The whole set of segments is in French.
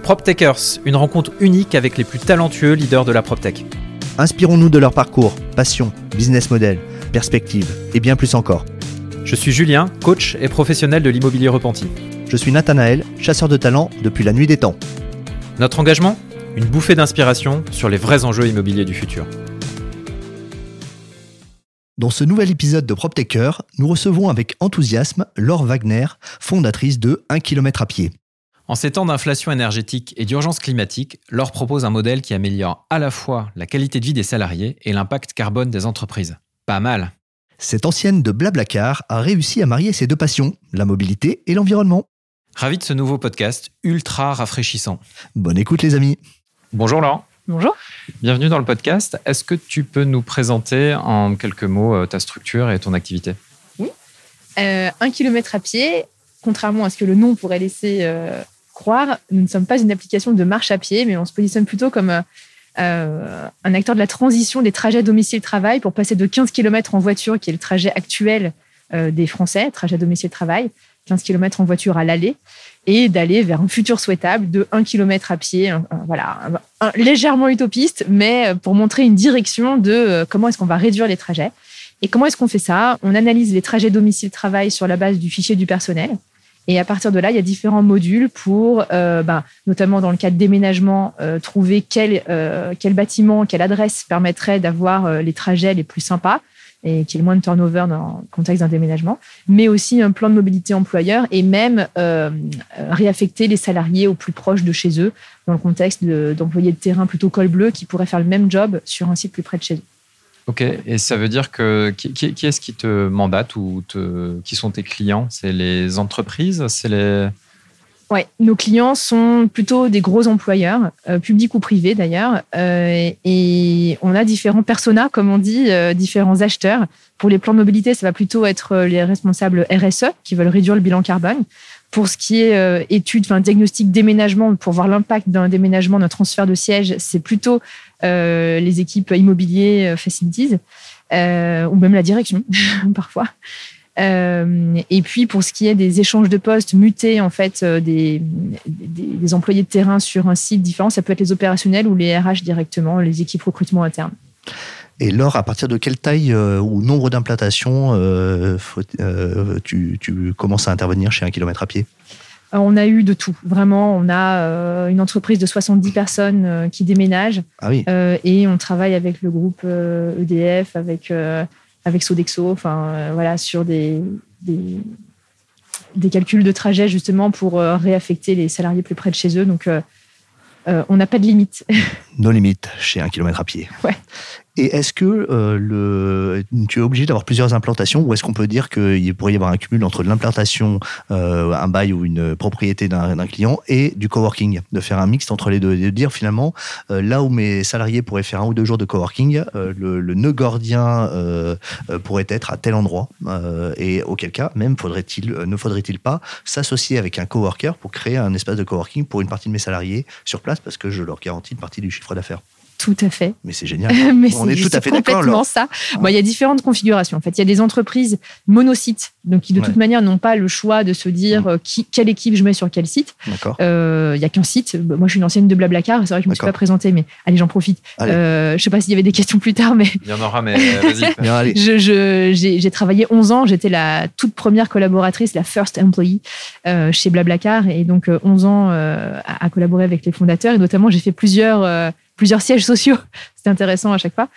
PropTechers, une rencontre unique avec les plus talentueux leaders de la PropTech. Inspirons-nous de leur parcours, passion, business model, perspective et bien plus encore. Je suis Julien, coach et professionnel de l'immobilier repenti. Je suis Nathanaël, chasseur de talent depuis la nuit des temps. Notre engagement ? Une bouffée d'inspiration sur les vrais enjeux immobiliers du futur. Dans ce nouvel épisode de PropTecher, nous recevons avec enthousiasme Laure Wagner, fondatrice de 1 km à pied. En ces temps d'inflation énergétique et d'urgence climatique, Laure propose un modèle qui améliore à la fois la qualité de vie des salariés et l'impact carbone des entreprises. Pas mal. Cette ancienne de Blablacar a réussi à marier ses deux passions, la mobilité et l'environnement. Ravi de ce nouveau podcast ultra rafraîchissant. Bonne écoute les amis. Bonjour Laure. Bonjour. Bienvenue dans le podcast. Est-ce que tu peux nous présenter en quelques mots ta structure et ton activité ? Oui. 1 km à pied, contrairement à ce que le nom pourrait laisser croire, nous ne sommes pas une application de marche à pied, mais on se positionne plutôt comme un acteur de la transition des trajets domicile-travail pour passer de 15 km en voiture, qui est le trajet actuel des Français, trajet domicile-travail, 15 km en voiture à l'aller, et d'aller vers un futur souhaitable de 1 km à pied, légèrement utopiste, mais pour montrer une direction de comment est-ce qu'on va réduire les trajets. Et comment est-ce qu'on fait ça ? On analyse les trajets domicile-travail sur la base du fichier du personnel. Et à partir de là, il y a différents modules pour, notamment dans le cas de déménagement, trouver quel bâtiment, quelle adresse permettrait d'avoir les trajets les plus sympas et qu'il y ait le moins de turnover dans le contexte d'un déménagement, mais aussi un plan de mobilité employeur et même réaffecter les salariés au plus proche de chez eux dans le contexte d'employés de terrain plutôt col bleu qui pourraient faire le même job sur un site plus près de chez eux. Ok, et ça veut dire que qui est-ce qui te mandate ou qui sont tes clients ? C'est les entreprises ? Oui, nos clients sont plutôt des gros employeurs, publics ou privés d'ailleurs, et on a différents personas, comme on dit, différents acheteurs. Pour les plans de mobilité, ça va plutôt être les responsables RSE qui veulent réduire le bilan carbone. Pour ce qui est diagnostic déménagement, pour voir l'impact d'un déménagement, d'un transfert de siège, c'est plutôt les équipes immobilier facilities, ou même la direction, parfois. Et puis, pour ce qui est des échanges de postes, muter en fait des employés de terrain sur un site différent, ça peut être les opérationnels ou les RH directement, les équipes recrutement interne. Et Laure, à partir de quelle taille ou nombre d'implantations tu commences à intervenir chez 1 km à pied ? On a eu de tout. Vraiment, on a une entreprise de 70 personnes qui déménagent. Ah oui. Et on travaille avec le groupe EDF, avec Sodexo, sur des calculs de trajet justement pour réaffecter les salariés plus près de chez eux. Donc, on n'a pas de limite. Nos limites chez 1 km à pied. Ouais. Et est-ce que tu es obligé d'avoir plusieurs implantations ou est-ce qu'on peut dire qu'il pourrait y avoir un cumul entre l'implantation, un bail ou une propriété d'un client et du coworking, de faire un mixte entre les deux et de dire finalement, là où mes salariés pourraient faire 1 ou 2 jours de coworking, le nœud gordien pourrait être à tel endroit et auquel cas, même ne faudrait-il pas s'associer avec un coworker pour créer un espace de coworking pour une partie de mes salariés sur place parce que je leur garantis une partie du chiffre d'affaires. Tout à fait. Mais c'est génial. On est tout à fait d'accord. Complètement ça. Il y a différentes configurations. En fait, il y a des entreprises monosites, donc qui de toute manière n'ont pas le choix de se dire quelle équipe je mets sur quel site. D'accord. Il y a qu'un site. Moi, je suis une ancienne de Blablacar. C'est vrai que je me suis pas présentée, mais allez, j'en profite. Je sais pas s'il y avait des questions plus tard, mais il y en aura, mais vas-y. Bien, allez. J'ai travaillé 11 ans. J'étais la toute première collaboratrice, la first employee chez Blablacar, et donc 11 ans à collaborer avec les fondateurs. Et notamment, j'ai fait plusieurs sièges sociaux. C'était intéressant à chaque fois.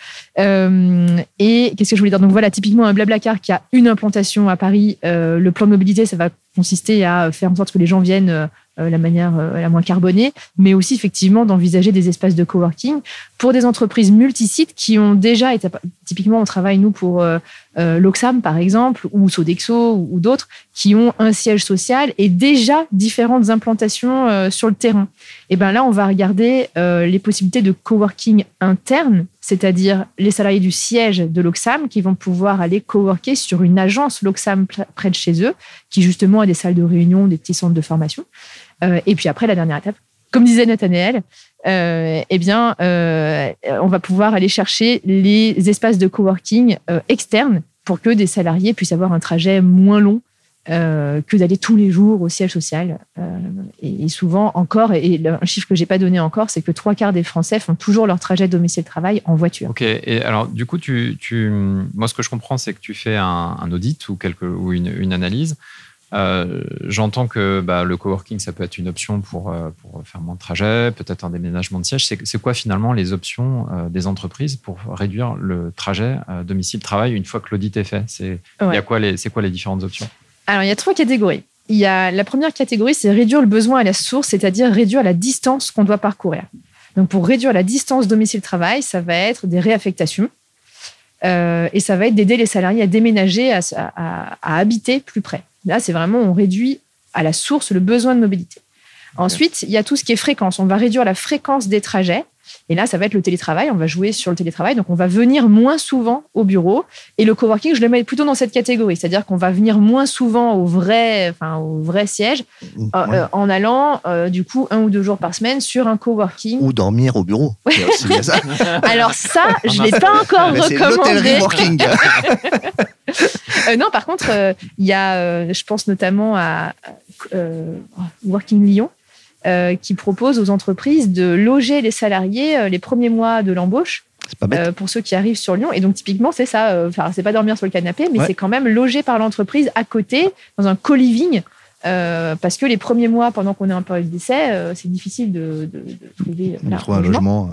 Et qu'est-ce que je voulais dire ? Donc voilà, typiquement un Blablacar qui a une implantation à Paris, le plan de mobilité, ça va consister à faire en sorte que les gens viennent la manière la moins carbonée, mais aussi effectivement d'envisager des espaces de coworking pour des entreprises multisites qui ont déjà été, typiquement on travaille nous pour l'Oxam par exemple, ou Sodexo ou d'autres, qui ont un siège social et déjà différentes implantations sur le terrain. Et bien là, on va regarder les possibilités de coworking interne, c'est-à-dire les salariés du siège de l'Oxam qui vont pouvoir aller coworker sur une agence l'Oxam près de chez eux, qui justement a des salles de réunion, des petits centres de formation. Et puis après, la dernière étape, comme disait Nathanaël, on va pouvoir aller chercher les espaces de coworking externes pour que des salariés puissent avoir un trajet moins long que d'aller tous les jours au siège social. Et souvent encore, et un chiffre que j'ai pas donné encore, c'est que 3/4 des Français font toujours leur trajet domicile-travail en voiture. Ok, et alors du coup, moi ce que je comprends, c'est que tu fais un audit ou une analyse. J'entends que le coworking, ça peut être une option pour faire moins de trajets, peut-être un déménagement de siège. C'est quoi finalement les options des entreprises pour réduire le trajet domicile-travail une fois que l'audit est fait? C'est quoi les différentes options? Alors, il y a 3 catégories. La première catégorie, c'est réduire le besoin à la source, c'est-à-dire réduire la distance qu'on doit parcourir. Donc, pour réduire la distance domicile-travail, ça va être des réaffectations et ça va être d'aider les salariés à déménager, à habiter plus près. Là, c'est vraiment, on réduit à la source le besoin de mobilité. Ensuite, il y a tout ce qui est fréquence. On va réduire la fréquence des trajets. Et là, ça va être le télétravail. On va jouer sur le télétravail. Donc, on va venir moins souvent au bureau. Et le coworking, je le mets plutôt dans cette catégorie. C'est-à-dire qu'on va venir moins souvent au vrai siège en allant, du coup, 1 ou 2 jours par semaine sur un coworking. Ou dormir au bureau. Ouais. C'est bien ça. Alors ça, je ne l'ai pas encore recommandé. C'est l'hôtellerie working. Non, par contre, il y a, je pense notamment à Working Lyon, qui propose aux entreprises de loger les salariés les premiers mois de l'embauche. C'est pas bête. Pour ceux qui arrivent sur Lyon. Et donc, typiquement, c'est ça. C'est pas dormir sur le canapé, mais c'est quand même logé par l'entreprise à côté, dans un co-living. Parce que les premiers mois, pendant qu'on est en période d'essai, c'est difficile de trouver un logement.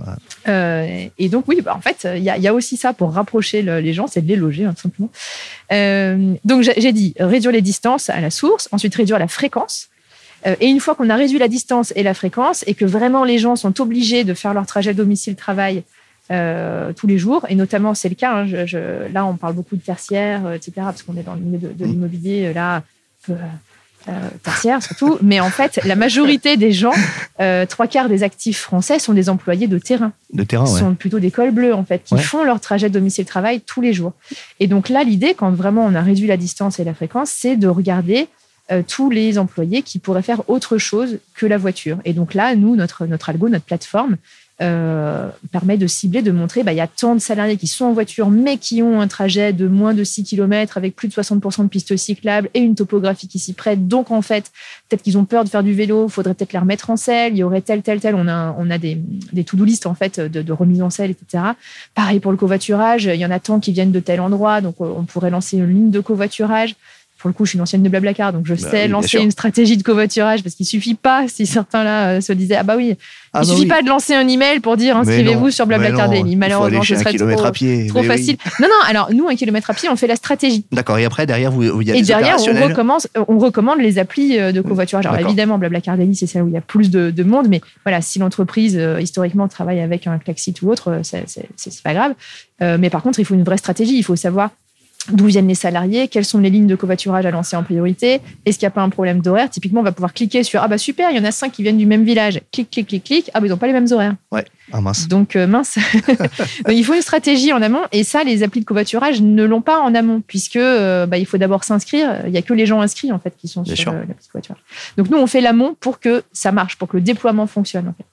Et donc, oui, en fait, il y a aussi ça pour rapprocher les gens, c'est de les loger, tout simplement. Donc, j'ai dit réduire les distances à la source, ensuite réduire la fréquence. Et une fois qu'on a réduit la distance et la fréquence et que vraiment les gens sont obligés de faire leur trajet domicile-travail tous les jours, et notamment c'est le cas, là on parle beaucoup de tertiaire, etc., parce qu'on est dans le milieu de l'immobilier, là, tertiaire surtout, mais en fait la majorité des gens, 3/4 des actifs français sont des employés de terrain. Sont plutôt des cols bleus en fait, qui font leur trajet domicile-travail tous les jours. Et donc là l'idée, quand vraiment on a réduit la distance et la fréquence, c'est de regarder tous les employés qui pourraient faire autre chose que la voiture. Et donc là, nous, notre algo, notre plateforme, permet de cibler, de montrer, il y a tant de salariés qui sont en voiture, mais qui ont un trajet de moins de 6 km avec plus de 60% de pistes cyclables et une topographie qui s'y prête. Donc, en fait, peut-être qu'ils ont peur de faire du vélo, il faudrait peut-être les remettre en selle, il y aurait tel. On a des to-do list, en fait, de remise en selle, etc. Pareil pour le covoiturage, il y en a tant qui viennent de tel endroit, donc on pourrait lancer une ligne de covoiturage. Pour le coup, je suis une ancienne de Blablacar, donc je sais lancer une stratégie de covoiturage parce qu'il suffit pas, si certains là se disaient, il suffit pas de lancer un email pour dire inscrivez-vous sur Blablacar Daily. Malheureusement, ce serait trop facile. Non, alors nous, 1 kilomètre à pied, on fait la stratégie. D'accord, et après, derrière, il y a des opérationnels. on recommande les applis de covoiturage. Alors évidemment, Blablacar Daily, c'est celle où il y a plus de monde, mais voilà, si l'entreprise, historiquement, travaille avec un Klaxit ou autre, c'est pas grave. Mais par contre, il faut une vraie stratégie, il faut savoir d'où viennent les salariés, quelles sont les lignes de covoiturage à lancer en priorité, est-ce qu'il n'y a pas un problème d'horaire? Typiquement, on va pouvoir cliquer sur super, il y en a 5 qui viennent du même village. Clic, ils n'ont pas les mêmes horaires. Ouais, mince. Donc, mince. Donc, il faut une stratégie en amont, et ça, les applis de covoiturage ne l'ont pas en amont, puisque il faut d'abord s'inscrire. Il n'y a que les gens inscrits, en fait, qui sont sur l'appli de covoiturage. Donc, nous, on fait l'amont pour que ça marche, pour que le déploiement fonctionne, en fait.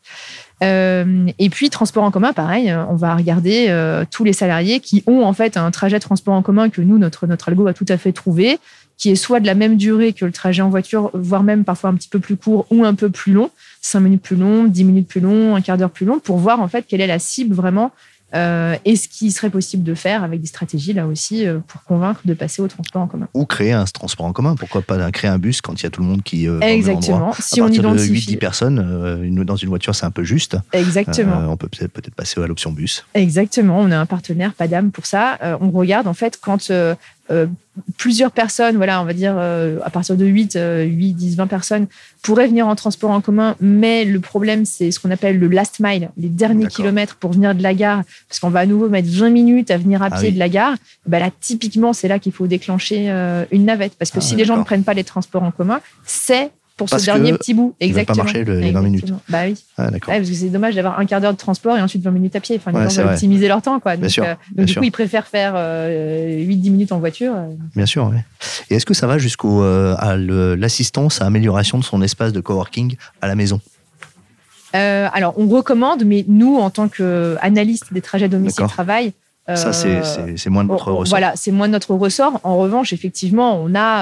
Et puis, transport en commun, pareil, on va regarder tous les salariés qui ont en fait un trajet de transport en commun que nous, notre algo a tout à fait trouvé, qui est soit de la même durée que le trajet en voiture, voire même parfois un petit peu plus court ou un peu plus long, 5 minutes plus long, 10 minutes plus long, un quart d'heure plus long, pour voir en fait quelle est la cible vraiment et ce qui serait possible de faire avec des stratégies là aussi pour convaincre de passer au transport en commun. Ou créer un transport en commun. Pourquoi pas créer un bus quand il y a tout le monde qui exactement. Si à on partir identifie de 8-10 personnes, dans une voiture, c'est un peu juste. Exactement. On peut peut-être passer à l'option bus. Exactement. On a un partenaire, Padam, pour ça. On regarde en fait quand plusieurs personnes, voilà, on va dire à partir de 8, 10, 20 personnes pourraient venir en transport en commun, mais le problème, c'est ce qu'on appelle le last mile, les derniers kilomètres pour venir de la gare, parce qu'on va à nouveau mettre 20 minutes à venir à pied de la gare. Là, typiquement, c'est là qu'il faut déclencher une navette, parce que si les gens ne prennent pas les transports en commun, c'est pour ce dernier petit bout. Exactement. Ça ne va pas marcher les 20 minutes. Bah oui. D'accord. Parce que c'est dommage d'avoir un quart d'heure de transport et ensuite 20 minutes à pied. Enfin, les gens veulent optimiser leur temps, quoi. Donc, bien du sûr. coup, ils préfèrent faire 8-10 minutes en voiture. Bien sûr, oui. Et est-ce que ça va jusqu'à l'assistance à amélioration de son espace de coworking à la maison? Alors, on recommande, mais nous, en tant qu'analystes des trajets domicile-travail, ça, c'est moins de notre ressort. Voilà, c'est moins de notre ressort. En revanche, effectivement, on a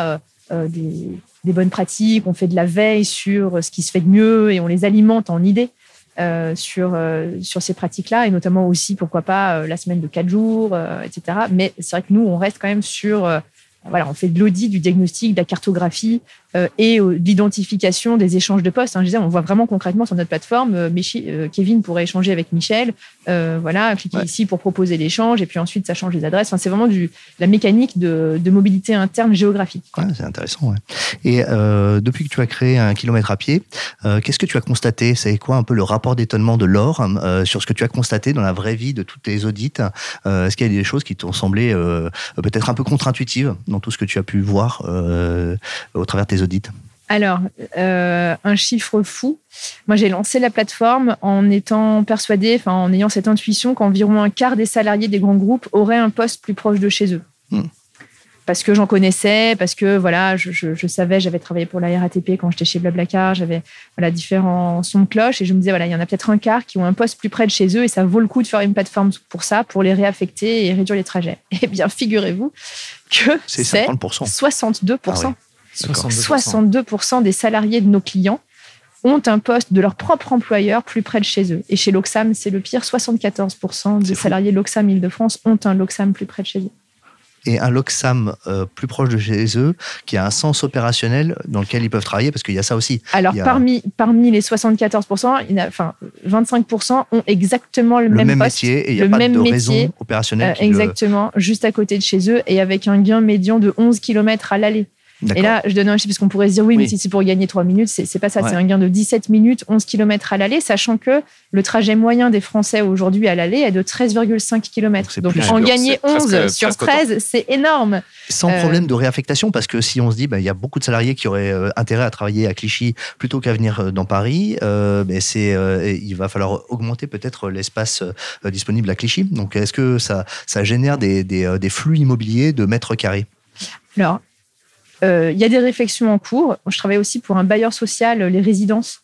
des bonnes pratiques, on fait de la veille sur ce qui se fait de mieux et on les alimente en idées sur ces pratiques-là, et notamment aussi, pourquoi pas, la semaine de 4 jours, etc. Mais c'est vrai que nous, on reste quand même sur... on fait de l'audit, du diagnostic, de la cartographie et de l'identification des échanges de postes. Je disais, on voit vraiment concrètement sur notre plateforme, Kevin pourrait échanger avec Michel, cliquer ici pour proposer l'échange, et puis ensuite ça change les adresses. Enfin, c'est vraiment la mécanique de mobilité interne géographique. Ouais, c'est intéressant. Ouais. Et depuis que tu as créé 1 kilomètre à pied, qu'est-ce que tu as constaté? C'est quoi un peu le rapport d'étonnement de Laure sur ce que tu as constaté dans la vraie vie de toutes tes audits? Est-ce qu'il y a des choses qui t'ont semblé peut-être un peu contre-intuitives dans tout ce que tu as pu voir au travers de tes audits? Alors, un chiffre fou. Moi, j'ai lancé la plateforme en étant persuadée, en ayant cette intuition qu'environ un quart des salariés des grands groupes auraient un poste plus proche de chez eux. Parce que j'en connaissais, parce que je savais, j'avais travaillé pour la RATP quand j'étais chez Blablacar, j'avais différents sons de cloche, et je me disais, il y en a peut-être un quart qui ont un poste plus près de chez eux, et ça vaut le coup de faire une plateforme pour ça, pour les réaffecter et réduire les trajets. Eh bien, figurez-vous que c'est 50%. 62%. Ah oui. 62% des salariés de nos clients ont un poste de leur propre employeur plus près de chez eux. Et chez l'Oxam, c'est le pire. 74% des salariés de l'Oxam Île-de-France ont un L'Oxam plus près de chez eux. Et un L'Oxam plus proche de chez eux, qui a un sens opérationnel dans lequel ils peuvent travailler, parce qu'il y a ça aussi. Alors, parmi les 74%, 25% ont exactement le même poste, métier, et il n'y a pas de raison opérationnelle. Exactement, juste à côté de chez eux, et avec un gain médian de 11 km à l'aller. D'accord. Et là, je donne un chiffre, parce qu'on pourrait se dire, mais si c'est pour gagner 3 minutes, c'est pas ça. Ouais. C'est un gain de 17 minutes, 11 km à l'aller, sachant que le trajet moyen des Français aujourd'hui à l'aller est de 13,5 km. Donc, en gagner 11 sur 13, c'est énorme. Sans problème de réaffectation, parce que si on se dit, il y a beaucoup de salariés qui auraient intérêt à travailler à Clichy plutôt qu'à venir dans Paris, il va falloir augmenter peut-être l'espace disponible à Clichy. Donc, est-ce que ça génère des flux immobiliers de mètres carrés? Alors, il y a des réflexions en cours. Je travaille aussi pour un bailleur social, les résidences,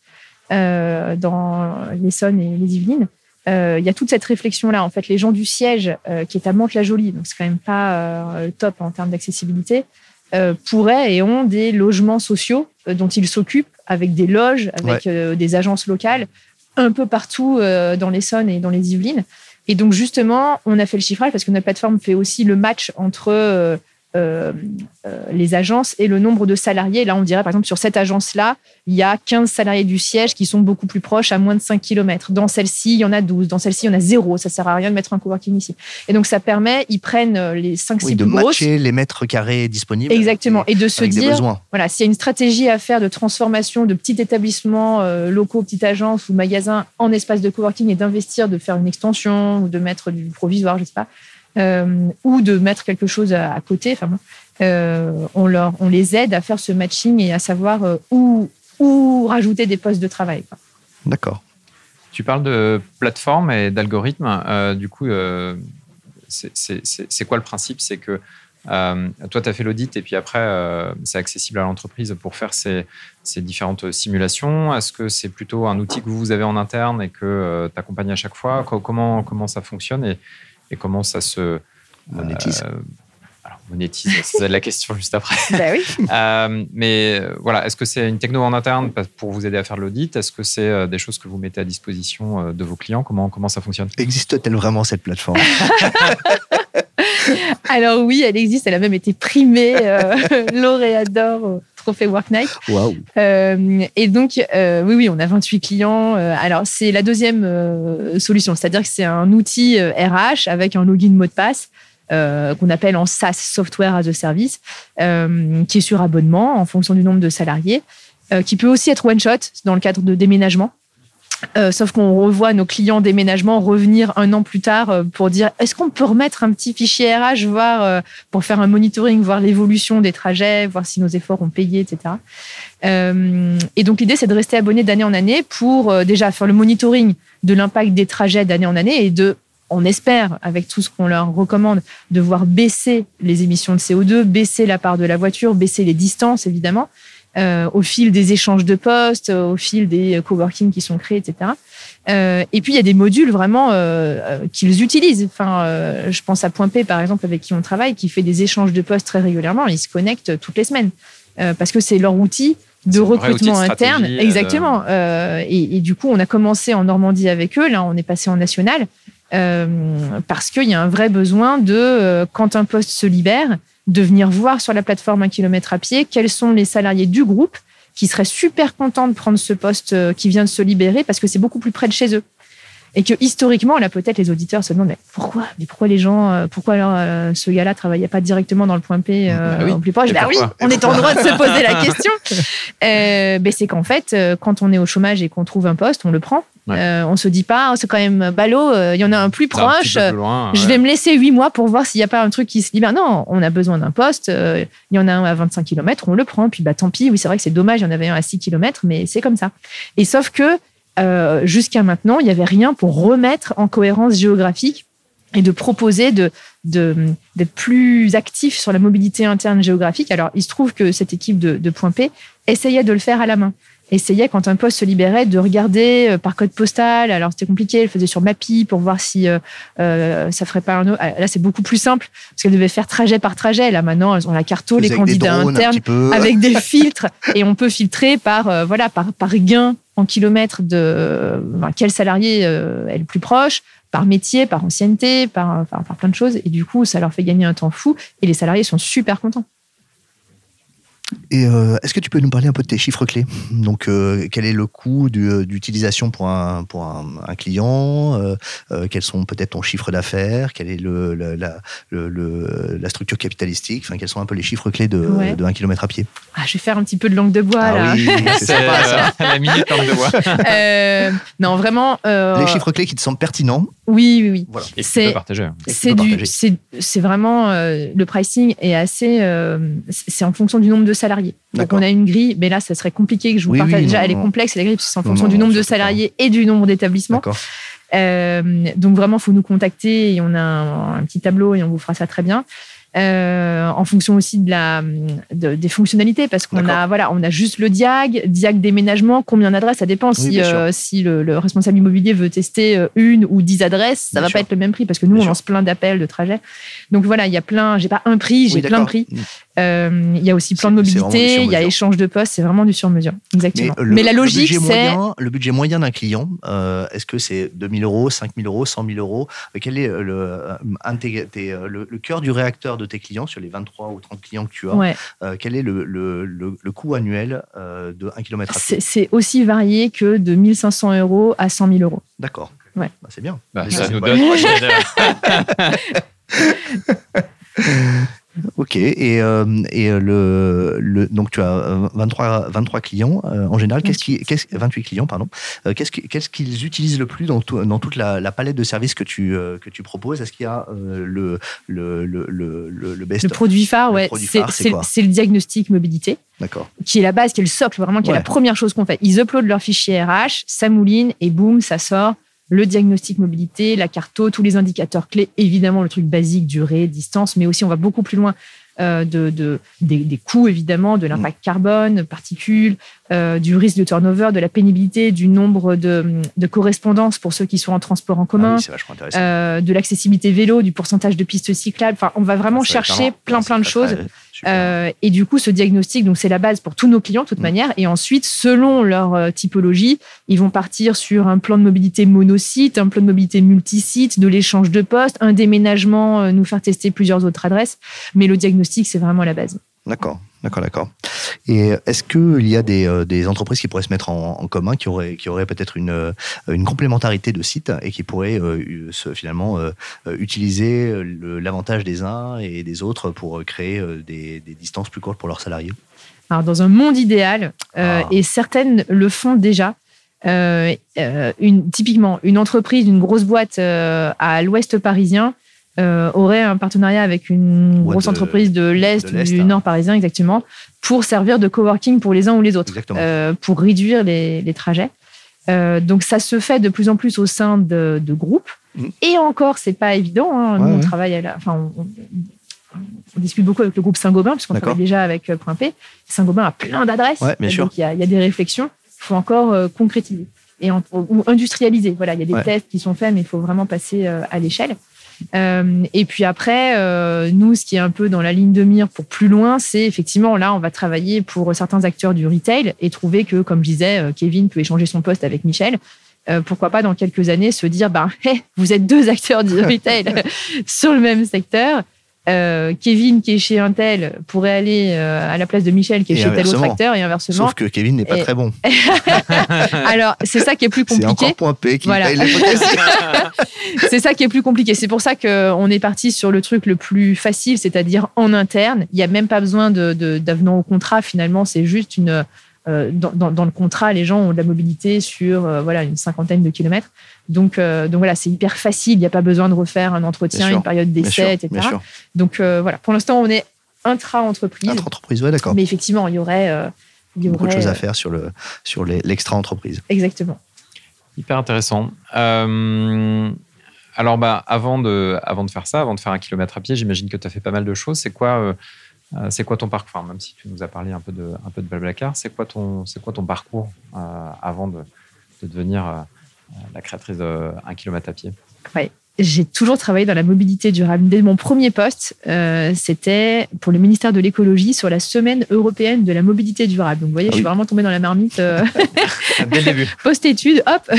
dans l'Essonne et les Yvelines. Il y a toute cette réflexion-là. En fait, les gens du siège, qui est à Mantes-la-Jolie, donc c'est quand même pas top en termes d'accessibilité, pourraient et ont des logements sociaux dont ils s'occupent, avec des loges, avec des agences locales, un peu partout dans l'Essonne et dans les Yvelines. Et donc, justement, on a fait le chiffrage, parce que notre plateforme fait aussi le match entre... les agences et le nombre de salariés. Là, on dirait, par exemple, sur cette agence-là, il y a 15 salariés du siège qui sont beaucoup plus proches, à moins de 5 km. Dans celle-ci, il y en a 12. Dans celle-ci, il y en a 0. Ça ne sert à rien de mettre un coworking ici. Et donc, ça permet, ils prennent les 5-6 plus grosses. De matcher les mètres carrés disponibles. Exactement. Et de se dire, voilà, s'il y a une stratégie à faire de transformation de petits établissements locaux, petites agences ou magasins en espace de coworking, et d'investir, de faire une extension ou de mettre du provisoire, je ne sais pas, ou de mettre quelque chose à côté. On les aide à faire ce matching et à savoir où rajouter des postes de travail. D'accord. Tu parles de plateforme et d'algorithme. Du coup, c'est quoi le principe? C'est que toi, tu as fait l'audit et puis après, c'est accessible à l'entreprise pour faire ces différentes simulations. Est-ce que c'est plutôt un outil que vous avez en interne et que tu accompagnes à chaque fois? Comment ça fonctionne et comment ça se monétise? Alors, monétise, c'est la question juste après. Ben oui. Mais voilà, est-ce que c'est une techno en interne pour vous aider à faire l'audit? Est-ce que c'est des choses que vous mettez à disposition de vos clients? Comment ça fonctionne? Existe-t-elle vraiment cette plateforme? Alors oui, elle existe. Elle a même été primée lauréate d'or au Trophée Work Night. Waouh. Et donc, oui, on a 28 clients. Alors, c'est la deuxième solution. C'est-à-dire que c'est un outil RH avec un login mot de passe qu'on appelle en SaaS, Software as a Service, qui est sur abonnement en fonction du nombre de salariés, qui peut aussi être one-shot dans le cadre de déménagement. Sauf qu'on revoit nos clients déménagement revenir 1 an plus tard pour dire est-ce qu'on peut remettre un petit fichier RH, voir, pour faire un monitoring, voir l'évolution des trajets, voir si nos efforts ont payé, etc. Et donc l'idée, c'est de rester abonné d'année en année pour déjà faire le monitoring de l'impact des trajets d'année en année et on espère, avec tout ce qu'on leur recommande, de voir baisser les émissions de CO2, baisser la part de la voiture, baisser les distances, évidemment, au fil des échanges de postes, au fil des coworking qui sont créés, etc. Et puis, il y a des modules vraiment qu'ils utilisent. Je pense à Point P, par exemple, avec qui on travaille, qui fait des échanges de postes très régulièrement. Ils se connectent toutes les semaines. parce que c'est leur outil de recrutement interne. Exactement. Et du coup, on a commencé en Normandie avec eux. Là, on est passé en national parce qu'il y a un vrai besoin de, quand un poste se libère, de venir voir sur la plateforme 1 km à pied quels sont les salariés du groupe qui seraient super contents de prendre ce poste qui vient de se libérer parce que c'est beaucoup plus près de chez eux. Et que historiquement, là, peut-être les auditeurs se demandent pourquoi les gens, pourquoi alors ce gars-là travaillait pas directement dans le point P au plus proche. Oui, on est en droit de se poser la question. C'est qu'en fait, quand on est au chômage et qu'on trouve un poste, on le prend. On se dit pas, c'est quand même ballot, il y en a un plus proche, je vais me laisser 8 mois pour voir s'il n'y a pas un truc qui se libère. Non, on a besoin d'un poste, il y en a un à 25 km, on le prend, puis tant pis, oui, c'est vrai que c'est dommage, il y en avait un à 6 km, mais c'est comme ça. Et sauf que jusqu'à maintenant, il n'y avait rien pour remettre en cohérence géographique et de proposer d'être plus actif sur la mobilité interne géographique. Alors, il se trouve que cette équipe de Point P essayait de le faire à la main. Essayait, quand un poste se libérait, de regarder par code postal. Alors, c'était compliqué. Elle le faisait sur Mappy pour voir si ça ferait pas un autre. Là, c'est beaucoup plus simple parce qu'elle devait faire trajet par trajet. Là, maintenant, elles ont la carto, les candidats internes avec des filtres et on peut filtrer par gain en kilomètres de quel salarié est le plus proche, par métier, par ancienneté, par plein de choses. Et du coup, ça leur fait gagner un temps fou et les salariés sont super contents. Et est-ce que tu peux nous parler un peu de tes chiffres clés ? Donc, quel est le coût d'utilisation pour un client ? Quels sont peut-être ton chiffre d'affaires ? Quelle est la structure capitalistique ? Enfin, quels sont un peu les chiffres clés de 1 km à pied ? Je vais faire un petit peu de langue de bois, là. Oui, c'est sympa, ça. La minute langue de bois. Non, vraiment... Les chiffres clés qui te semblent pertinents. Oui. Voilà. Et tu peux partager. C'est vraiment... le pricing est assez... c'est en fonction du nombre de salariés. Donc, on a une grille, mais là, ça serait compliqué que je vous partage. Déjà, elle est complexe, la grille, parce que c'est en fonction du nombre de salariés et du nombre d'établissements. D'accord. Donc, vraiment, il faut nous contacter et on a un petit tableau et on vous fera ça très bien. En fonction aussi des fonctionnalités, parce qu'on a juste le diag déménagement, combien d'adresses, ça dépend. Si le responsable immobilier veut tester 1 ou 10 adresses, ça va pas être le même prix, parce que nous, on lance plein d'appels, de trajets. Donc voilà, il y a plein, j'ai pas un prix, j'ai plein de prix. Il y a aussi plein de mobilité, il y a échange de postes, c'est vraiment du sur-mesure. Exactement. Mais la logique, c'est... Le budget moyen d'un client, est-ce que c'est 2 000 euros, 5 000 euros, 100 000 euros ? Quel est le cœur du réacteur de tes clients, sur les 23 ou 30 clients que tu as, quel est le coût annuel de 1 km à pied ? C'est aussi varié que de 1 500 euros à 100 000 euros. D'accord. Ouais. C'est bien. Ça nous donne... Ok, et donc tu as 23 clients en général. 28 clients, pardon. Qu'est-ce qu'ils utilisent le plus dans toute la palette de services que tu proposes ? Est-ce qu'il y a le best? Le produit phare, c'est le diagnostic mobilité. D'accord. Qui est la base, qui est le socle, vraiment, qui est la première chose qu'on fait. Ils uploadent leur fichier RH, ça mouline et boum, ça sort. Le diagnostic mobilité, la carto, tous les indicateurs clés, évidemment le truc basique, durée, distance, mais aussi on va beaucoup plus loin des coûts, évidemment, de l'impact carbone, particules, du risque de turnover, de la pénibilité, du nombre de correspondances pour ceux qui sont en transport en commun, c'est vachement intéressant. De l'accessibilité vélo, du pourcentage de pistes cyclables. Enfin, on va vraiment chercher plein de choses. Et du coup, ce diagnostic, donc c'est la base pour tous nos clients, de toute manière. Et ensuite, selon leur typologie, ils vont partir sur un plan de mobilité monosite, un plan de mobilité multisite, de l'échange de postes, un déménagement, nous faire tester plusieurs autres adresses. Mais le diagnostic, c'est vraiment la base. D'accord. Et est-ce qu'il y a des entreprises qui pourraient se mettre en commun, qui auraient peut-être une complémentarité de sites et qui pourraient finalement utiliser l'avantage des uns et des autres pour créer des distances plus courtes pour leurs salariés ? Alors, dans un monde idéal, et certaines le font déjà, typiquement, une entreprise, une grosse boîte à l'ouest parisien aurait un partenariat avec une grosse entreprise de l'Est ou du Nord parisien, exactement, pour servir de coworking pour les uns ou les autres, pour réduire les trajets. Donc, ça se fait de plus en plus au sein de groupes. Et encore, c'est pas évident. Nous, on travaille on discute beaucoup avec le groupe Saint-Gobain, puisqu'on travaille déjà avec Point P. Saint-Gobain a plein d'adresses. Donc, il y a des réflexions. Il faut encore concrétiser ou industrialiser. Voilà, il y a des tests qui sont faits, mais il faut vraiment passer à l'échelle. Et puis après, nous, ce qui est un peu dans la ligne de mire pour plus loin, c'est effectivement, là, on va travailler pour certains acteurs du retail et trouver que, comme je disais, Kevin peut échanger son poste avec Michel. Pourquoi pas, dans quelques années, se dire, vous êtes 2 acteurs du retail sur le même secteur. Kevin, qui est chez Intel, pourrait aller à la place de Michel, qui est chez tel autre acteur, et inversement. Sauf que Kevin n'est pas très bon. Alors, c'est ça qui est plus compliqué. C'est encore point P qui paye les podcasts. C'est ça qui est plus compliqué. C'est pour ça qu'on est parti sur le truc le plus facile, c'est-à-dire en interne. Il n'y a même pas besoin d'avenant au contrat. Finalement, c'est juste une... Dans le contrat, les gens ont de la mobilité sur une 50aine de kilomètres. Donc voilà, c'est hyper facile. Il n'y a pas besoin de refaire un entretien, une période d'essai, etc. Donc voilà, pour l'instant, on est intra-entreprise. Intra-entreprise, ouais, d'accord. Mais effectivement, il y aurait beaucoup de choses à faire sur l'extra-entreprise. Exactement. Hyper intéressant. Alors, avant de faire ça, avant de faire 1 kilomètre à pied, j'imagine que tu as fait pas mal de choses. C'est quoi ton parcours, enfin, même si tu nous as parlé un peu de Blablacar, c'est quoi ton parcours avant de devenir la créatrice de 1 kilomètre à pied? Ouais. J'ai toujours travaillé dans la mobilité durable. Dès mon premier poste, c'était pour le ministère de l'écologie sur la semaine européenne de la mobilité durable. Donc, vous voyez, je suis vraiment tombée dans la marmite. Dès le début. Post-études, hop.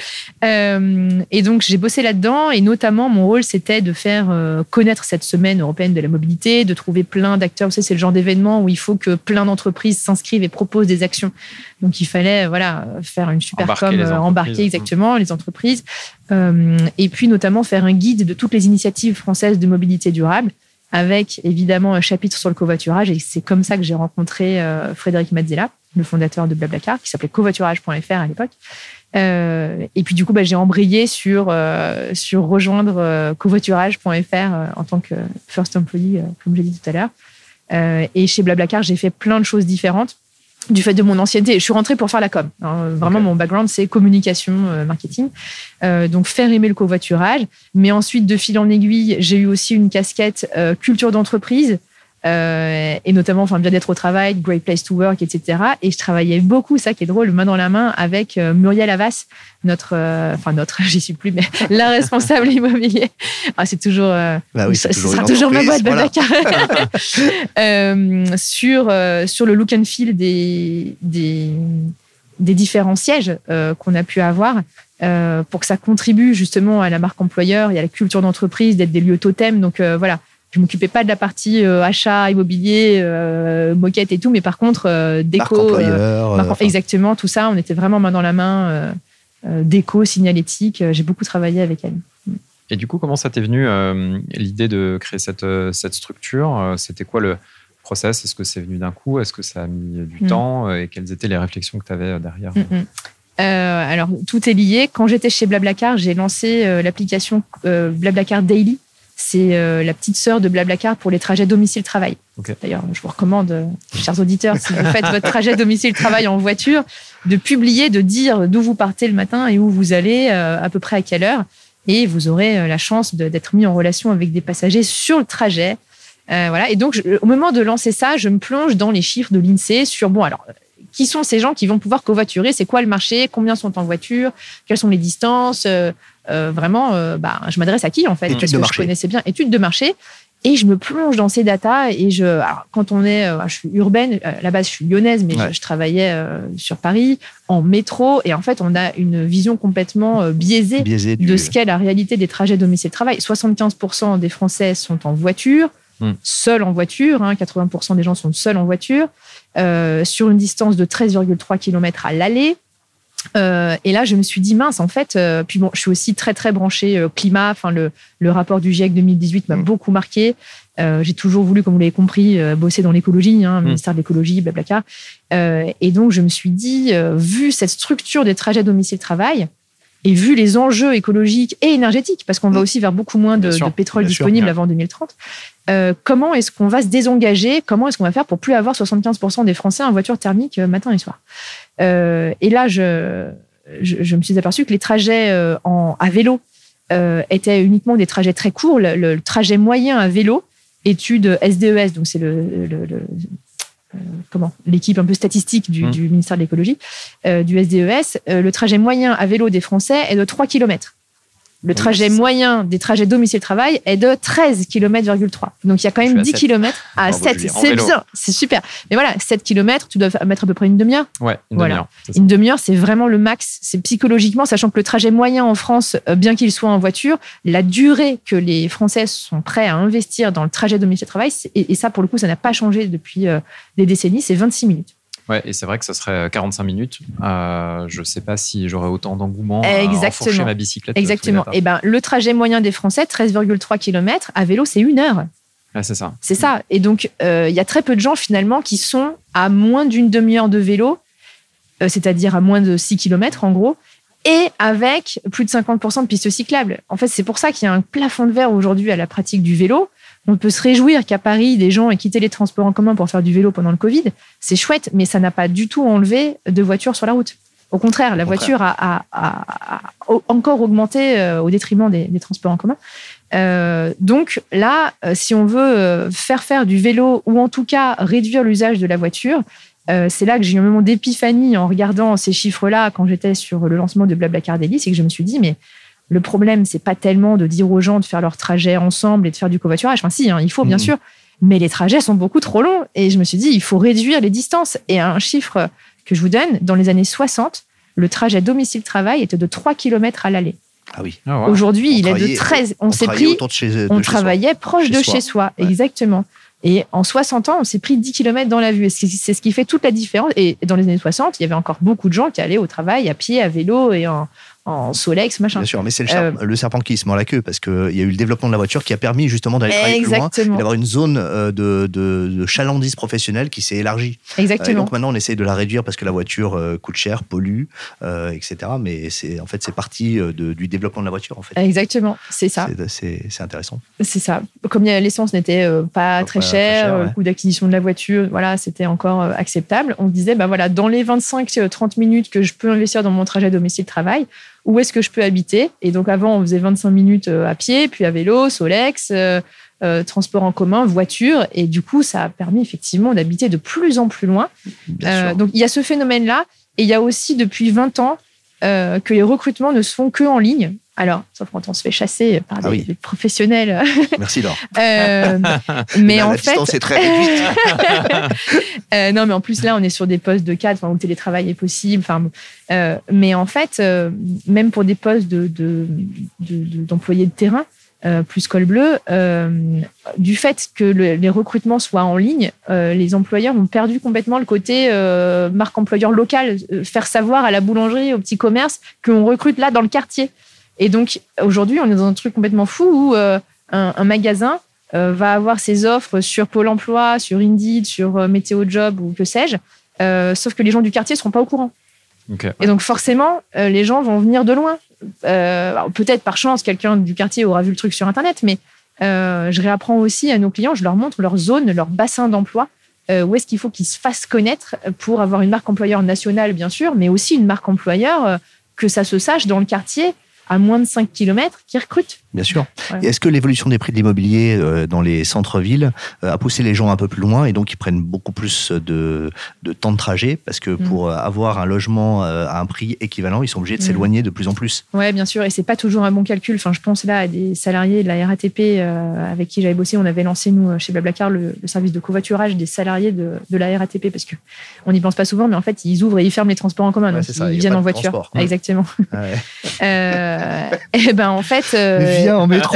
Et donc, j'ai bossé là-dedans. Et notamment, mon rôle, c'était de faire connaître cette semaine européenne de la mobilité, de trouver plein d'acteurs. Vous savez, c'est le genre d'événement où il faut que plein d'entreprises s'inscrivent et proposent des actions. Donc, il fallait faire une super embarquer exactement les entreprises. Et puis, notamment, faire un guide de toutes les initiatives françaises de mobilité durable, avec évidemment un chapitre sur le covoiturage. Et c'est comme ça que j'ai rencontré Frédéric Mazzella, le fondateur de Blablacar, qui s'appelait covoiturage.fr à l'époque. Et puis, du coup, j'ai embrayé sur rejoindre covoiturage.fr en tant que first employee, comme j'ai dit tout à l'heure. Et chez Blablacar, j'ai fait plein de choses différentes. Du fait de mon ancienneté, je suis rentrée pour faire la com. Vraiment, Mon background, c'est communication, marketing. Donc, faire aimer le covoiturage. Mais ensuite, de fil en aiguille, j'ai eu aussi une casquette culture d'entreprise, et notamment bien-être au travail, Great Place to Work, etc. Et je travaillais beaucoup, ça qui est drôle, main dans la main, avec Muriel Havas, j'y suis plus, mais la responsable immobilier. C'est toujours, ça sera toujours ma boîte, Blablacar. Sur le look and feel des différents sièges qu'on a pu avoir, pour que ça contribue justement à la marque employeur et à la culture d'entreprise, d'être des lieux totems. Donc voilà. Je ne m'occupais pas de la partie achat, immobilier, moquette et tout, mais par contre, déco. Exactement, tout ça, on était vraiment main dans la main, déco, signalétique. J'ai beaucoup travaillé avec elle. Et du coup, comment ça t'est venu l'idée de créer cette structure? C'était quoi le process? Est-ce que c'est venu d'un coup? Est-ce que ça a mis du temps? Et quelles étaient les réflexions que tu avais derrière? Alors, tout est lié. Quand j'étais chez Blablacar, j'ai lancé l'application Blablacar Daily. C'est la petite sœur de Blablacar pour les trajets domicile-travail. Okay. D'ailleurs, je vous recommande, chers auditeurs, si vous faites votre trajet domicile-travail en voiture, de publier, de dire d'où vous partez le matin et où vous allez, à peu près à quelle heure. Et vous aurez la chance d'être mis en relation avec des passagers sur le trajet. Voilà. Et donc, au moment de lancer ça, je me plonge dans les chiffres de l'INSEE sur, qui sont ces gens qui vont pouvoir covoiturer? C'est quoi le marché? Combien sont en voiture? Quelles sont les distances? Je m'adresse à qui, en fait? Études de marché. Je connaissais bien études de marché. Et je me plonge dans ces datas. Et quand on est... je suis urbaine. À la base, je suis lyonnaise, mais je travaillais sur Paris, en métro. Et en fait, on a une vision complètement biaisée de ce qu'est la réalité des trajets domicile-travail. 75% des Français sont en voiture, seuls en voiture. 80% des gens sont seuls en voiture. Sur une distance de 13,3 km à l'aller. Et là, je me suis dit, mince, en fait, je suis aussi très, très branchée climat. Le rapport du GIEC 2018 m'a beaucoup marqué. J'ai toujours voulu, comme vous l'avez compris, bosser dans l'écologie, ministère de l'écologie, Blablacar. Et donc, je me suis dit, vu cette structure des trajets domicile-travail, et vu les enjeux écologiques et énergétiques, parce qu'on va aussi vers beaucoup moins de pétrole disponible avant 2030, comment est-ce qu'on va se désengager? Comment est-ce qu'on va faire pour plus avoir 75% des Français en voiture thermique matin et soir? Et là, je me suis aperçu que les trajets à vélo étaient uniquement des trajets très courts. Le trajet moyen à vélo, étude SDES, donc c'est l'équipe un peu statistique du ministère de l'écologie, du SDES, le trajet moyen à vélo des Français est de 3 km. Le trajet moyen des trajets domicile-travail est de 13,3 km. Donc, il y a quand même 10 km à 7. C'est bien, c'est super. Mais voilà, 7 km, tu dois mettre à peu près une demi-heure. Ouais, une demi-heure. Une demi-heure, c'est vraiment le max. C'est psychologiquement, sachant que le trajet moyen en France, bien qu'il soit en voiture, la durée que les Français sont prêts à investir dans le trajet domicile-travail, et ça, pour le coup, ça n'a pas changé depuis des décennies, c'est 26 minutes. Ouais, et c'est vrai que ça serait 45 minutes. Je ne sais pas si j'aurais autant d'engouement à enfourcher ma bicyclette. Exactement. Et le trajet moyen des Français, 13,3 km, à vélo, c'est 1 heure. Ouais, c'est ça. C'est ça. Et donc, il y a très peu de gens, finalement, qui sont à moins d'une demi-heure de vélo, c'est-à-dire à moins de 6 km, en gros, et avec plus de 50% de pistes cyclables. En fait, c'est pour ça qu'il y a un plafond de verre aujourd'hui à la pratique du vélo. On peut se réjouir qu'à Paris, des gens aient quitté les transports en commun pour faire du vélo pendant le Covid. C'est chouette, mais ça n'a pas du tout enlevé de voitures sur la route. Au contraire, la voiture a encore augmenté au détriment des transports en commun. Donc là, si on veut faire du vélo ou en tout cas réduire l'usage de la voiture, c'est là que j'ai eu un moment d'épiphanie en regardant ces chiffres-là quand j'étais sur le lancement de Blablacar Daily, c'est que je me suis dit, mais le problème, c'est pas tellement de dire aux gens de faire leur trajet ensemble et de faire du covoiturage. Enfin, si, il faut, bien sûr. Mais les trajets sont beaucoup trop longs. Et je me suis dit, il faut réduire les distances. Et un chiffre que je vous donne, dans les années 60, le trajet domicile-travail était de 3 km à l'aller. Ah oui. Aujourd'hui, il est de 13. On travaillait proche de chez soi. Ouais. Exactement. Et en 60 ans, on s'est pris 10 km dans la vue. Et c'est ce qui fait toute la différence. Et dans les années 60, il y avait encore beaucoup de gens qui allaient au travail à pied, à vélo et en Solex, machin. Bien sûr, mais c'est le serpent qui se mord la queue, parce qu'il y a eu le développement de la voiture qui a permis justement d'aller travailler plus loin et d'avoir une zone de chalandise professionnelle qui s'est élargie. Exactement. Et donc maintenant, on essaie de la réduire parce que la voiture coûte cher, pollue, etc. Mais c'est parti du développement de la voiture, en fait. Exactement, c'est ça. C'est intéressant. C'est ça. Comme l'essence n'était pas très chère, le coût d'acquisition de la voiture, voilà, c'était encore acceptable. On se disait, dans les 25-30 minutes que je peux investir dans mon trajet domicile-travail, où est-ce que je peux habiter? Et donc, avant, on faisait 25 minutes à pied, puis à vélo, Solex, transport en commun, voiture. Et du coup, ça a permis effectivement d'habiter de plus en plus loin. Donc, il y a ce phénomène-là. Et il y a aussi, depuis 20 ans, que les recrutements ne se font que en ligne. Alors, sauf quand on se fait chasser par des professionnels. Merci, Laure. Mais en fait, la distance est très réduite. Non, mais en plus, là, on est sur des postes de cadre où le télétravail est possible. Mais en fait, même pour des postes d'employés de terrain, plus col bleu, du fait que les recrutements soient en ligne, les employeurs ont perdu complètement le côté marque employeur locale, faire savoir à la boulangerie, au petit commerce qu'on recrute là dans le quartier. Et donc, aujourd'hui, on est dans un truc complètement fou où un magasin va avoir ses offres sur Pôle emploi, sur Indeed, sur Météo Job ou que sais-je, sauf que les gens du quartier ne seront pas au courant. Okay. Et donc, forcément, les gens vont venir de loin. Peut-être par chance, quelqu'un du quartier aura vu le truc sur Internet, mais je réapprends aussi à nos clients, je leur montre leur zone, leur bassin d'emploi, où est-ce qu'il faut qu'ils se fassent connaître pour avoir une marque employeur nationale, bien sûr, mais aussi une marque employeur que ça se sache dans le quartier à moins de 5 km qui recrutent. Bien sûr. Voilà. Et est-ce que l'évolution des prix de l'immobilier dans les centres-villes a poussé les gens un peu plus loin et donc ils prennent beaucoup plus de temps de trajet parce que pour avoir un logement à un prix équivalent, ils sont obligés de s'éloigner de plus en plus. Oui, bien sûr. Et c'est pas toujours un bon calcul. Enfin, je pense là à des salariés de la RATP avec qui j'avais bossé. On avait lancé, nous, chez Blablacar, le service de covoiturage des salariés de la RATP parce qu'on n'y pense pas souvent, mais en fait, ils ouvrent et ils ferment les transports en commun. Ouais, donc, ils viennent en voiture. Transport. Exactement. Et ben, en fait... Viens en métro.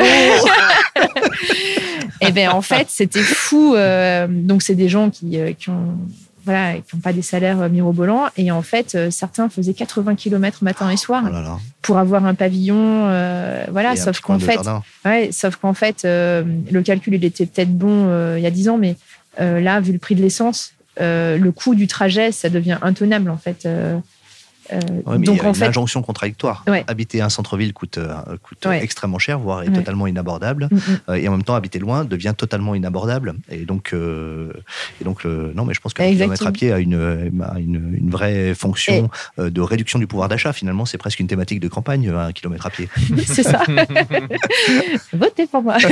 Et ben en fait, c'était fou. Donc, c'est des gens qui ont pas des salaires mirobolants. Et en fait, certains faisaient 80 km matin et soir pour avoir un pavillon. Sauf qu'en fait, le calcul, il était peut-être bon il y a 10 ans, mais là, vu le prix de l'essence, le coût du trajet, ça devient intenable, en fait. Mais donc, il y a une injonction contradictoire. Ouais. Habiter un centre-ville coûte extrêmement cher, voire est totalement inabordable. Et en même temps, habiter loin devient totalement inabordable. Et donc, non, mais je pense que le kilomètre à pied a une vraie fonction de réduction du pouvoir d'achat. Finalement, c'est presque une thématique de campagne, un kilomètre à pied. C'est ça. Votez pour moi.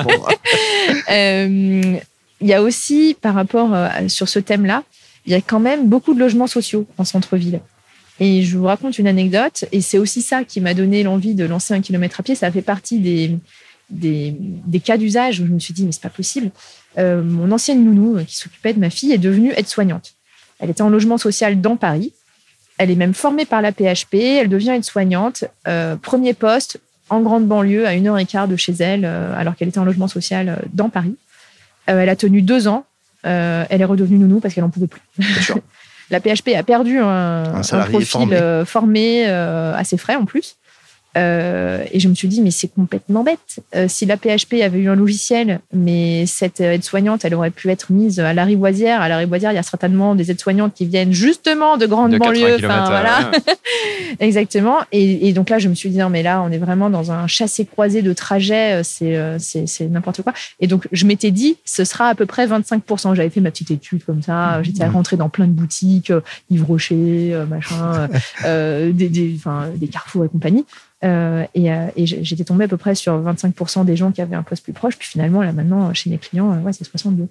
Il y a aussi, par rapport sur ce thème-là, il y a quand même beaucoup de logements sociaux en centre-ville. Et je vous raconte une anecdote, et c'est aussi ça qui m'a donné l'envie de lancer 1 kilomètre à pied. Ça fait partie des cas d'usage où je me suis dit, mais c'est pas possible. Mon ancienne nounou qui s'occupait de ma fille est devenue aide-soignante. Elle était en logement social dans Paris. Elle est même formée par la PHP. Elle devient aide-soignante. Premier poste en grande banlieue, à 1h15 de chez elle, alors qu'elle était en logement social dans Paris. Elle a tenu 2 ans. Elle est redevenue nounou parce qu'elle n'en pouvait plus. Bien sûr. La PHP a perdu un profil formé à ses frais en plus. Et je me suis dit, mais c'est complètement bête. Si la PHP avait eu un logiciel, mais cette aide-soignante, elle aurait pu être mise à Lariboisière. À Lariboisière, il y a certainement des aides-soignantes qui viennent justement de grandes banlieues. Voilà. Exactement. Et donc là, je me suis dit, non, mais là, on est vraiment dans un chassé-croisé de trajet. C'est n'importe quoi. Et donc, je m'étais dit, ce sera à peu près 25%. J'avais fait ma petite étude comme ça. J'étais rentrée dans plein de boutiques, Yves Rocher, machin, des Carrefour et compagnie. Et j'étais tombée à peu près sur 25% des gens qui avaient un poste plus proche. Puis finalement, là maintenant, chez mes clients, c'est 62.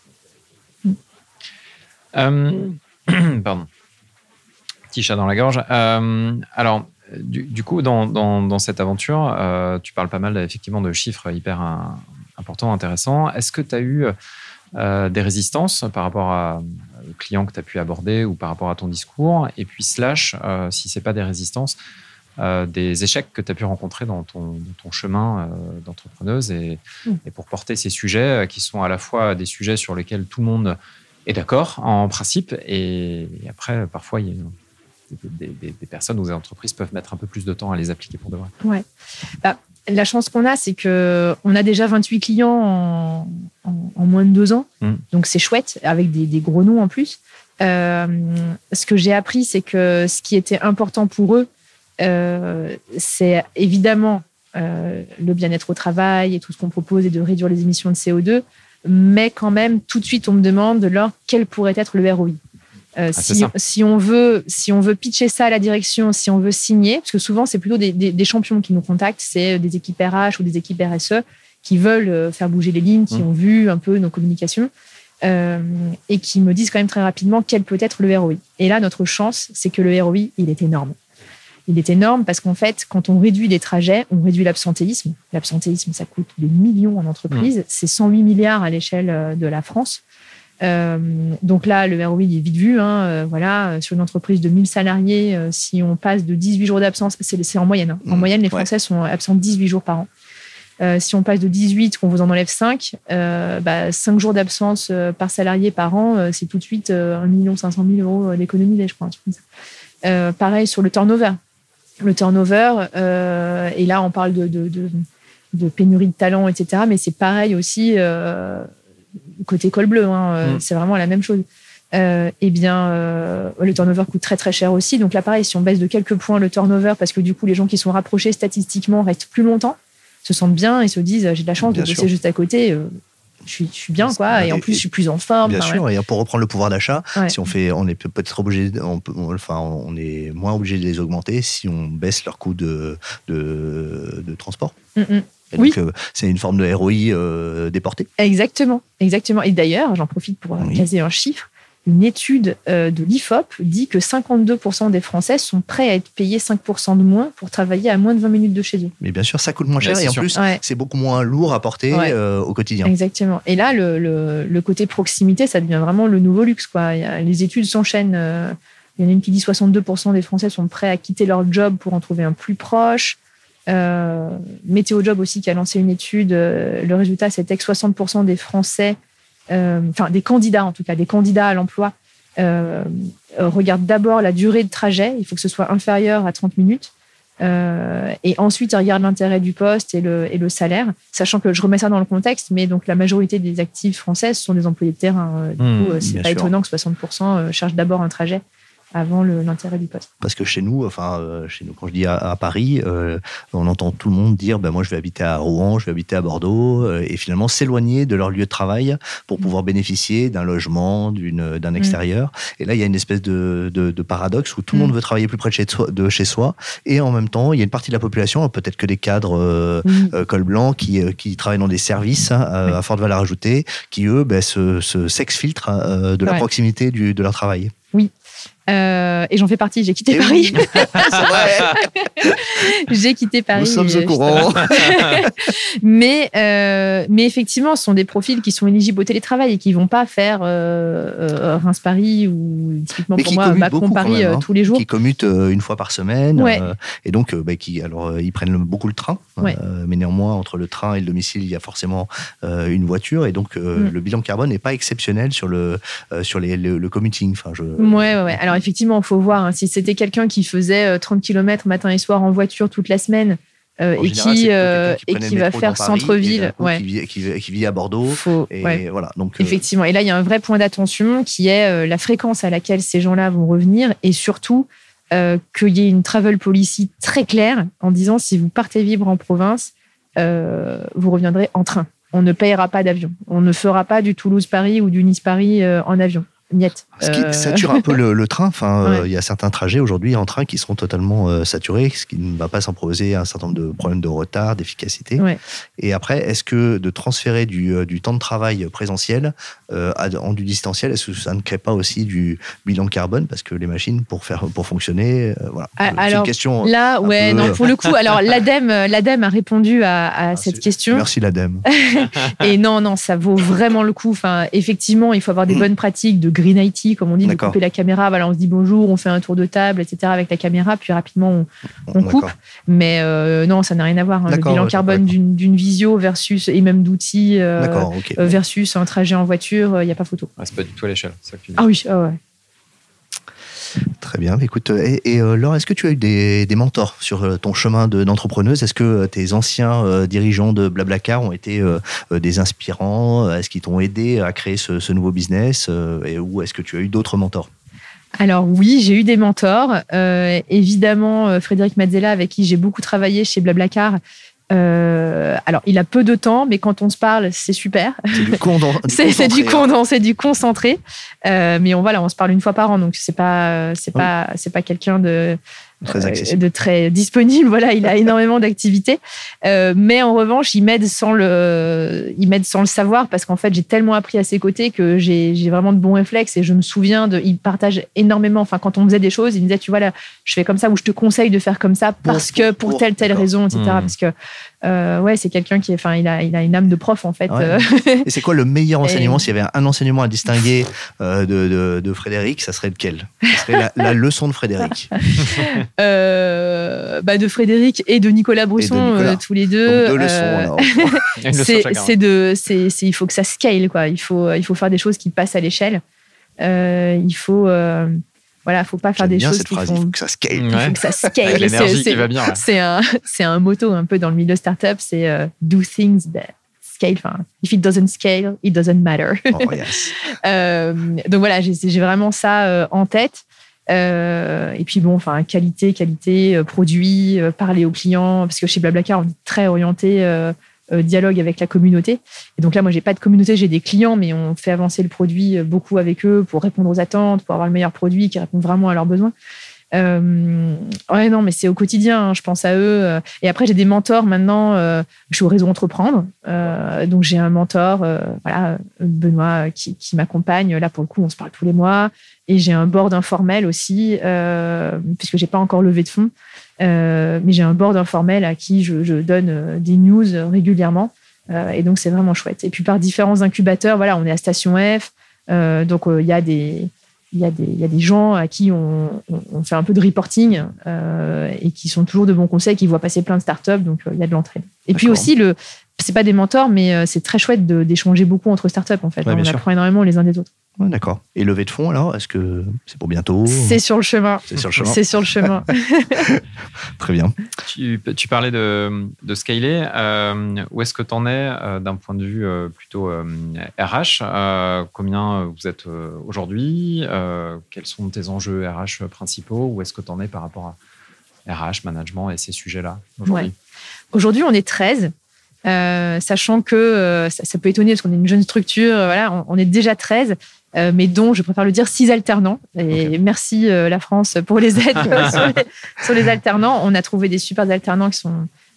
Pardon. Petit chat dans la gorge. Alors, du coup, dans cette aventure, tu parles pas mal effectivement de chiffres hyper importants, intéressants. Est-ce que tu as eu des résistances par rapport aux clients que tu as pu aborder ou par rapport à ton discours? Et puis, si ce n'est pas des résistances, des échecs que tu as pu rencontrer dans ton chemin d'entrepreneuse et pour porter ces sujets qui sont à la fois des sujets sur lesquels tout le monde est d'accord en principe et après parfois il y a des personnes ou des entreprises peuvent mettre un peu plus de temps à les appliquer pour de vrai. Ouais. La chance qu'on a, c'est qu'on a déjà 28 clients en moins de 2 ans. Donc c'est chouette, avec des gros noms en plus. Ce que j'ai appris, c'est que ce qui était important pour eux, c'est évidemment le bien-être au travail et tout ce qu'on propose et de réduire les émissions de CO2, mais quand même tout de suite on me demande quel pourrait être le ROI. Si on veut pitcher ça à la direction, si on veut signer, parce que souvent c'est plutôt des champions qui nous contactent, c'est des équipes RH ou des équipes RSE qui veulent faire bouger les lignes, qui ont vu un peu nos communications et qui me disent quand même très rapidement quel peut être le ROI. Et là notre chance, c'est que le ROI il est énorme. Il est énorme parce qu'en fait, quand on réduit les trajets, on réduit l'absentéisme. L'absentéisme, ça coûte des millions en entreprise. C'est 108 milliards à l'échelle de la France. Donc là, le ROI est vite vu. Voilà, sur une entreprise de 1000 salariés, si on passe de 18 jours d'absence, c'est en moyenne. En moyenne, les Français sont absents 18 jours par an. Si on passe de 18, qu'on vous en enlève 5, 5 jours d'absence par salarié par an, c'est tout de suite 1 500 000 euros d'économie, je crois. Un truc comme ça. Pareil sur le turnover. Le turnover, et là on parle de pénurie de talent, etc. Mais c'est pareil aussi côté col bleu, c'est vraiment la même chose. Le turnover coûte très très cher aussi. Donc là pareil, si on baisse de quelques points le turnover, parce que du coup les gens qui sont rapprochés statistiquement restent plus longtemps, se sentent bien et se disent j'ai de la chance de bosser juste à côté. Je suis bien, quoi. Et en plus, je suis plus en forme. Bien sûr. Et pour reprendre le pouvoir d'achat, si on est peut-être obligé, on est moins obligé de les augmenter si on baisse leur coût de transport. Et donc, c'est une forme de ROI déporté. Exactement. Et d'ailleurs, j'en profite pour caser un chiffre. Une étude de l'IFOP dit que 52% des Français sont prêts à être payés 5% de moins pour travailler à moins de 20 minutes de chez eux. Mais bien sûr, ça coûte moins cher et en plus, c'est beaucoup moins lourd à porter au quotidien. Exactement. Et là, le côté proximité, ça devient vraiment le nouveau luxe, quoi. Les études s'enchaînent. Il y en a une qui dit 62% des Français sont prêts à quitter leur job pour en trouver un plus proche. Météo Job aussi qui a lancé une étude. Le résultat, c'était que 60% des Français des candidats en tout cas, des candidats à l'emploi regardent d'abord la durée de trajet, il faut que ce soit inférieur à 30 minutes et ensuite ils regardent l'intérêt du poste et le salaire, sachant que je remets ça dans le contexte, mais donc la majorité des actifs françaises sont des employés de terrain, du coup c'est pas étonnant que 60% cherchent d'abord un trajet avant l'intérêt du poste. Parce que chez nous, quand je dis à Paris, on entend tout le monde dire moi je vais habiter à Rouen, je vais habiter à Bordeaux, et finalement s'éloigner de leur lieu de travail pour pouvoir bénéficier d'un logement, d'un extérieur. Et là, il y a une espèce de paradoxe où tout le monde veut travailler plus près de chez soi, et en même temps, il y a une partie de la population, peut-être que des cadres col blanc qui travaillent dans des services à forte valeur ajoutée, qui eux s'exfiltrent de la proximité de leur travail. Oui. Et j'en fais partie, j'ai quitté Paris. Oui. C'est vrai. J'ai quitté Paris. Nous sommes au courant. Mais effectivement, ce sont des profils qui sont éligibles au télétravail et qui ne vont pas faire Reims-Paris ou typiquement Mais pour qui moi commutent Macron-Paris beaucoup quand même, tous les jours. Qui commutent une fois par semaine. Ouais. Et donc, ils prennent beaucoup le train. Ouais. Mais néanmoins, entre le train et le domicile, il y a forcément une voiture. Et donc, le bilan carbone n'est pas exceptionnel sur le commuting. Enfin, Ouais. Alors, effectivement, il faut voir. Hein, si c'était quelqu'un qui faisait 30 km matin et soir en voiture toute la semaine et général, qui va faire centre-ville. Qui vit à Bordeaux. Voilà, donc, effectivement. Et là, il y a un vrai point d'attention qui est la fréquence à laquelle ces gens-là vont revenir et surtout qu'il y ait une travel policy très claire en disant si vous partez vivre en province, vous reviendrez en train. On ne payera pas d'avion. On ne fera pas du Toulouse-Paris ou du Nice-Paris en avion. Niet. Ce qui sature un peu le train. Enfin, il y a certains trajets aujourd'hui en train qui seront totalement saturés, ce qui ne va pas sans poser un certain nombre de problèmes de retard, d'efficacité. Ouais. Et après, est-ce que de transférer du temps de travail présentiel en du distanciel, est-ce que ça ne crée pas aussi du bilan carbone parce que les machines pour fonctionner, voilà. Alors, c'est une question. Là, non, pour le coup, alors l'ADEME a répondu à cette question. Merci l'ADEME. Et non, ça vaut vraiment le coup. Enfin, effectivement, il faut avoir des bonnes pratiques de green IT, comme on dit, de couper la caméra. Voilà, on se dit bonjour, on fait un tour de table, etc. avec la caméra, puis rapidement on coupe. Mais non, ça n'a rien à voir. Hein. Le bilan carbone d'une visio versus, et même d'outils versus un trajet en voiture, il n'y a pas photo. C'est pas du tout à l'échelle. Ça que tu dis. Ah oui, ouais. Très bien. Écoute, et Laure, est-ce que tu as eu des mentors sur ton chemin d'entrepreneuse ? Est-ce que tes anciens dirigeants de Blablacar ont été des inspirants ? Est-ce qu'ils t'ont aidé à créer ce nouveau business ? Ou est-ce que tu as eu d'autres mentors ? Alors oui, j'ai eu des mentors. Évidemment, Frédéric Mazzella, avec qui j'ai beaucoup travaillé chez Blablacar. Alors, il a peu de temps, mais quand on se parle, c'est super. C'est du condensé, du concentré. Mais on se parle une fois par an, donc c'est pas quelqu'un de très disponible. Voilà, il a énormément d'activités. Mais en revanche, il m'aide sans le savoir parce qu'en fait, j'ai tellement appris à ses côtés que j'ai vraiment de bons réflexes et je me souviens il partage énormément. Enfin, quand on faisait des choses, il me disait, tu vois là, je fais comme ça ou je te conseille de faire comme ça pour telle raison, etc. Parce que c'est quelqu'un qui il a une âme de prof en fait. Ouais. Et c'est quoi le meilleur enseignement? S'il y avait un enseignement à distinguer de Frédéric, ça serait lequel? Ça serait la leçon de Frédéric. De Frédéric et de Nicolas Brusson, tous les deux. Donc, deux leçons alors. Il faut que ça scale, quoi. Il faut faire des choses qui passent à l'échelle. Il faut pas faire des choses qui font... Il faut que ça scale. Il faut que ça scale. L'énergie qui va bien. Ouais. C'est un motto un peu dans le milieu startup, c'est do things that scale. Enfin, if it doesn't scale, it doesn't matter. Oh, yes. Donc voilà, j'ai vraiment ça en tête. Et puis qualité, produit, parler aux clients, parce que chez Blablacar, on est très orienté dialogue avec la communauté. Et donc là, moi, j'ai pas de communauté, j'ai des clients, mais on fait avancer le produit beaucoup avec eux pour répondre aux attentes, pour avoir le meilleur produit qui répond vraiment à leurs besoins. Mais c'est au quotidien, hein, je pense à eux. Et après, j'ai des mentors maintenant. Je suis au réseau Entreprendre. Donc, j'ai un mentor, Benoît, qui m'accompagne. Là, pour le coup, on se parle tous les mois. Et j'ai un board informel aussi, puisque j'ai pas encore levé de fonds. Mais j'ai un board informel à qui je donne des news régulièrement. Et donc, c'est vraiment chouette. Et puis, par différents incubateurs, voilà, on est à Station F. Donc, il y a des gens à qui on fait un peu de reporting et qui sont toujours de bons conseils, qui voient passer plein de startups. Donc, il y a de l'entraide. Et puis aussi, c'est pas des mentors, mais c'est très chouette d'échanger beaucoup entre startups, en fait. On apprend énormément les uns des autres. Ouais, d'accord. Et levée de fonds, alors, est-ce que c'est pour bientôt? C'est sur le chemin. C'est sur le chemin. Très bien. Tu parlais de scaler. Où est-ce que tu en es d'un point de vue plutôt RH? Combien vous êtes aujourd'hui? Quels sont tes enjeux RH principaux? Où est-ce que tu en es par rapport à RH, management et ces sujets-là aujourd'hui? Aujourd'hui, on est 13. Sachant que ça peut étonner parce qu'on est une jeune structure, on est déjà 13, mais dont, je préfère le dire, 6 alternants. Et merci la France pour les aides sur les alternants. On a trouvé des super alternants qui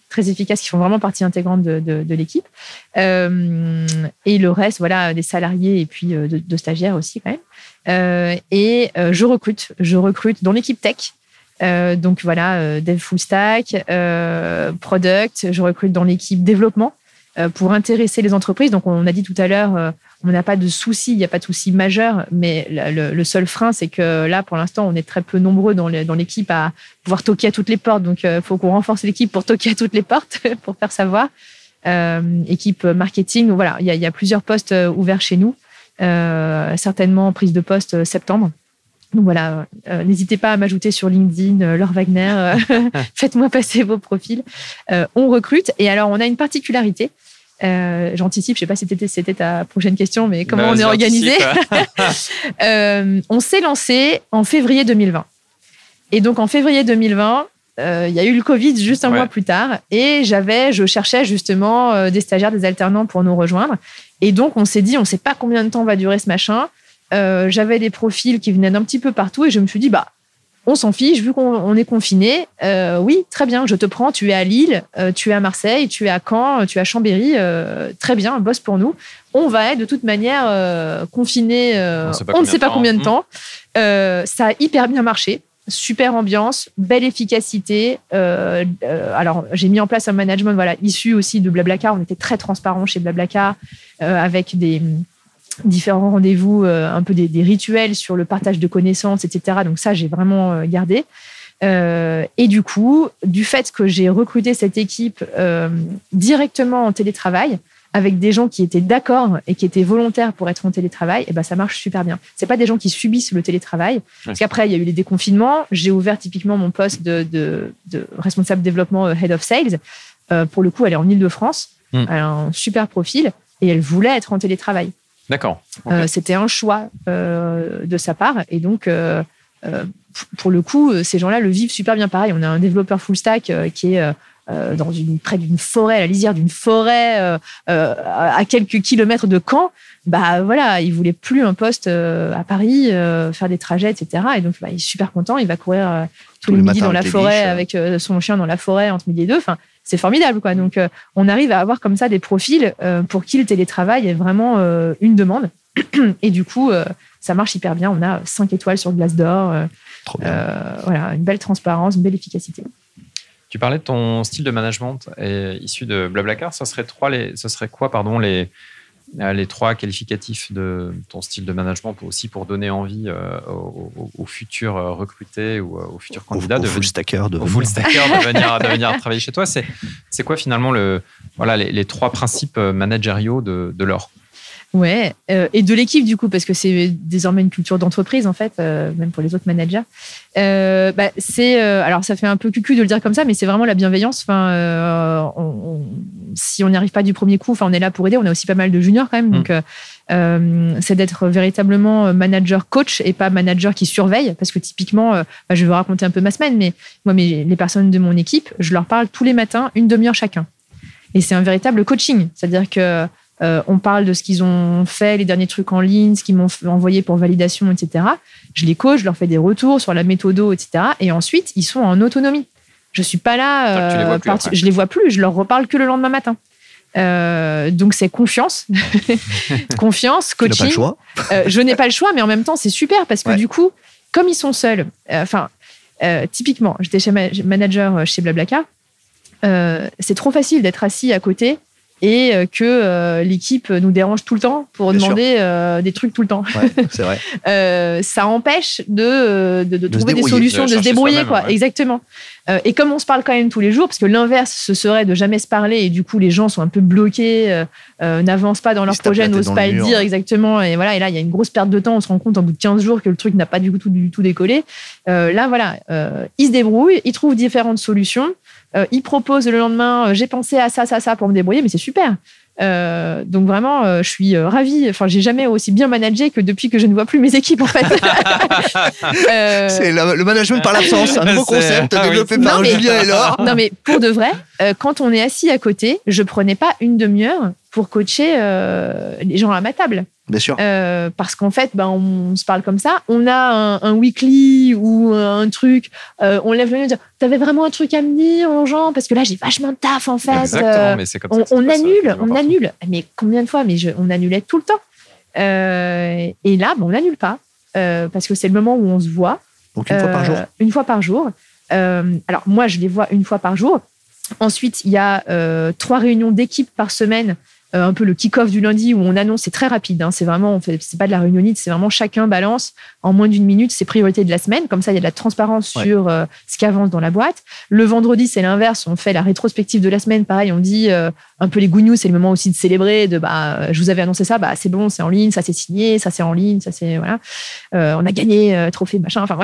très efficaces, qui font vraiment partie intégrante de l'équipe. Et le reste, voilà, des salariés et puis de stagiaires aussi quand même. Et je recrute dans l'équipe tech. Donc voilà, dev full stack, product. Je recrute dans l'équipe développement pour intéresser les entreprises. Donc on a dit tout à l'heure, on n'a pas de souci, il n'y a pas de souci majeur, mais le seul frein, c'est que là, pour l'instant, on est très peu nombreux dans l'équipe à pouvoir toquer à toutes les portes. Donc il faut qu'on renforce l'équipe pour toquer à toutes les portes, pour faire savoir. Équipe marketing, donc voilà, il y a plusieurs postes ouverts chez nous. Certainement prise de poste septembre. Donc voilà, n'hésitez pas à m'ajouter sur LinkedIn, Laure Wagner, faites-moi passer vos profils. On recrute, et alors on a une particularité. J'anticipe, je ne sais pas si c'était ta prochaine question, mais comment on est organisé. On s'est lancé en février 2020. Et donc en février 2020, il y a eu le Covid juste un mois plus tard, et je cherchais justement des stagiaires, des alternants pour nous rejoindre. Et donc on s'est dit, on ne sait pas combien de temps va durer ce machin. J'avais des profils qui venaient d'un petit peu partout, et je me suis dit, on s'en fiche, vu qu'on est confiné. Oui, très bien, je te prends. Tu es à Lille, tu es à Marseille, tu es à Caen, tu es à Chambéry. Très bien, bosse pour nous. On va être de toute manière confiné. On ne sait pas combien de temps. Ça a hyper bien marché. Super ambiance, belle efficacité. Alors, j'ai mis en place un management issu aussi de Blablacar. On était très transparent chez Blablacar avec des différents rendez-vous, un peu des rituels sur le partage de connaissances, etc. Donc ça, j'ai vraiment gardé. Et du coup, du fait que j'ai recruté cette équipe directement en télétravail, avec des gens qui étaient d'accord et qui étaient volontaires pour être en télétravail, et ça marche super bien. C'est pas des gens qui subissent le télétravail. Parce qu'après, il y a eu les déconfinements. J'ai ouvert typiquement mon poste de responsable développement Head of Sales. Pour le coup, elle est en Île-de-France. Elle a un super profil et elle voulait être en télétravail. D'accord. Okay. C'était un choix de sa part. Et donc, pour le coup, ces gens-là le vivent super bien. Pareil, on a un développeur full stack qui est près d'une forêt, à la lisière d'une forêt, à quelques kilomètres de Caen. Voilà, il voulait plus un poste à Paris, faire des trajets, etc. Et donc, il est super content. Il va courir tous les midis dans la forêt avec son chien dans la forêt entre midi et deux. Enfin, c'est formidable, quoi. Donc, on arrive à avoir comme ça des profils pour qui le télétravail est vraiment une demande. Et du coup, ça marche hyper bien. On a 5 étoiles sur Glassdoor. Voilà, une belle transparence, une belle efficacité. Tu parlais de ton style de management issu de Blablacar. Ce serait quoi, les 3 qualificatifs de ton style de management pour donner envie aux futurs recrutés ou aux futurs candidats aux full stackers de venir travailler chez toi. C'est quoi finalement les 3 principes managériaux de Laure? Ouais, et de l'équipe du coup, parce que c'est désormais une culture d'entreprise en fait, même pour les autres managers. Alors ça fait un peu cucu de le dire comme ça, mais c'est vraiment la bienveillance. Enfin, si on n'y arrive pas du premier coup, on est là pour aider. On a aussi pas mal de juniors quand même, donc c'est d'être véritablement manager coach et pas manager qui surveille, parce que typiquement, je vais vous raconter un peu ma semaine, mais moi, les personnes de mon équipe, je leur parle tous les matins 1 demi-heure chacun, et c'est un véritable coaching, c'est-à-dire que on parle de ce qu'ils ont fait, les derniers trucs en ligne, ce qu'ils m'ont envoyé pour validation, etc. Je les coach, je leur fais des retours sur la méthodo, etc. Et ensuite, ils sont en autonomie. Je suis pas là, je les vois plus, je leur reparle que le lendemain matin. Donc c'est confiance, confiance, coaching. Tu n'as pas le choix. Je n'ai pas le choix, mais en même temps, c'est super parce que du coup, comme ils sont seuls, typiquement, j'étais manager chez Blablacar, c'est trop facile d'être assis à côté et que l'équipe nous dérange tout le temps pour demander des trucs tout le temps. Ouais, c'est vrai. Ça empêche de trouver des solutions, de se débrouiller, quoi. Ouais. Exactement. Et comme on se parle quand même tous les jours, parce que l'inverse, ce serait de jamais se parler, et du coup, les gens sont un peu bloqués, n'avancent pas dans leur projet, n'osent pas le dire exactement. Et voilà, et là, il y a une grosse perte de temps. On se rend compte au bout de 15 jours que le truc n'a pas du tout décollé. Là, voilà, ils se débrouillent, ils trouvent différentes solutions. Ils proposent le lendemain, j'ai pensé à ça pour me débrouiller, mais c'est super. Donc vraiment, je suis ravie. Enfin, j'ai jamais aussi bien managé que depuis que je ne vois plus mes équipes, en fait. C'est le management par l'absence, un nouveau concept développé par Julien et Laure. Non, mais pour de vrai, quand on est assis à côté, je prenais pas 1 demi-heure pour coacher les gens à ma table. Bien sûr. Parce qu'en fait, on se parle comme ça. On a un weekly ou un truc. On lève le nez et dit t'avais vraiment un truc à me dire, Jean, parce que là j'ai vachement de taf en fait. Exactement, mais c'est comme ça. On annule. Mais combien de fois? Mais on annulait tout le temps. Et là, on n'annule pas parce que c'est le moment où on se voit. Donc une fois par jour. Une fois par jour. Alors moi, je les vois une fois par jour. Ensuite, il y a 3 réunions d'équipe par semaine. Un peu le kick-off du lundi où on annonce, c'est très rapide, c'est vraiment, c'est pas de la réunionnite, c'est vraiment chacun balance en moins d'1 minute ses priorités de la semaine. Comme ça, il y a de la transparence sur ce qui avance dans la boîte. Le vendredi, c'est l'inverse, on fait la rétrospective de la semaine. Pareil, on dit un peu les good news, c'est le moment aussi de célébrer, je vous avais annoncé ça, c'est bon, c'est en ligne, ça c'est signé, ça c'est en ligne, ça c'est, voilà. On a gagné, trophée, machin, enfin bref.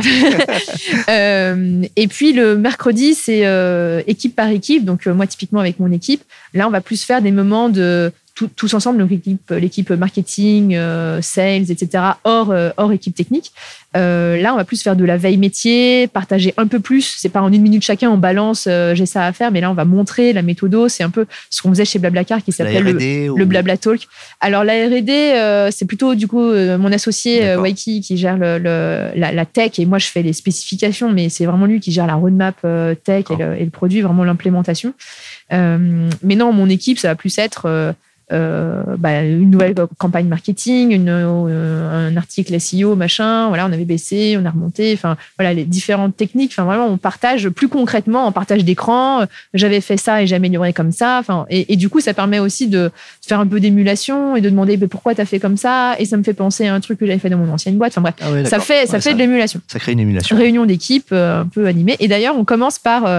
Et puis le mercredi, c'est équipe par équipe. Donc moi, typiquement avec mon équipe, là, on va plus faire des moments de tous ensemble, donc l'équipe marketing, sales, etc., hors équipe technique. Là, on va plus faire de la veille métier, partager un peu plus. C'est pas en 1 minute chacun, on balance, j'ai ça à faire, mais là, on va montrer la méthodo. C'est un peu ce qu'on faisait chez Blablacar qui s'appelle le Blabla Talk. Alors, la R&D, c'est plutôt, du coup, mon associé, Waiki, qui gère la tech, et moi, je fais les spécifications, mais c'est vraiment lui qui gère la roadmap tech et le produit, vraiment l'implémentation. Mais non, mon équipe, ça va plus être une nouvelle campagne marketing, un article SEO, machin. Voilà, on avait baissé, on a remonté. Enfin, voilà, les différentes techniques. Enfin, vraiment, on partage plus concrètement en partage d'écran. J'avais fait ça et j'ai amélioré comme ça. Enfin, et du coup, ça permet aussi de faire un peu d'émulation et de demander pourquoi tu as fait comme ça. Et ça me fait penser à un truc que j'avais fait dans mon ancienne boîte. Enfin bref, ça fait de l'émulation. Ça crée une émulation. Réunion d'équipe un peu animée. Et d'ailleurs, on commence par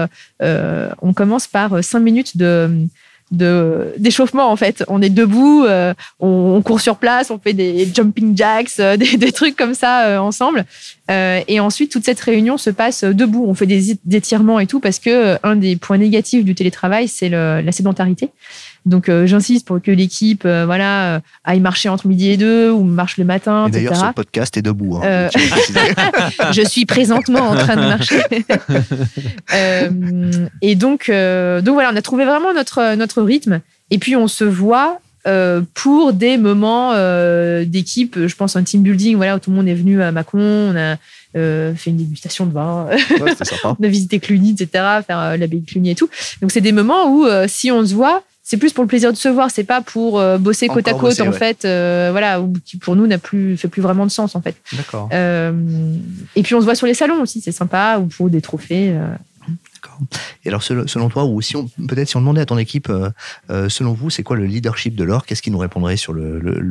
5 minutes d'échauffement en fait. On est debout, on court sur place, on fait des jumping jacks, des trucs comme ça ensemble. Et ensuite, toute cette réunion se passe debout. On fait des étirements et tout parce que un des points négatifs du télétravail, c'est la sédentarité. Donc, j'insiste pour que l'équipe aille marcher entre midi et 2 ou marche le matin, et d'ailleurs, etc. ce podcast est debout. Je suis présentement en train de marcher. Et donc voilà, on a trouvé vraiment notre rythme. Et puis, on se voit pour des moments d'équipe. Je pense un team building, voilà, où tout le monde est venu à Mâcon. On a fait une dégustation de vin. Ouais, c'était sympa. On a visité Cluny, etc., faire l'abbaye de Cluny et tout. Donc, c'est des moments où, si on se voit, c'est plus pour le plaisir de se voir, c'est pas pour bosser côte à côte, en fait, ou qui pour nous fait plus vraiment de sens, en fait. D'accord. Et puis on se voit sur les salons aussi, c'est sympa, ou pour des trophées. D'accord. Et alors, selon toi, ou peut-être si on demandait à ton équipe, selon vous, c'est quoi le leadership de l'or? Qu'est-ce qui nous répondrait sur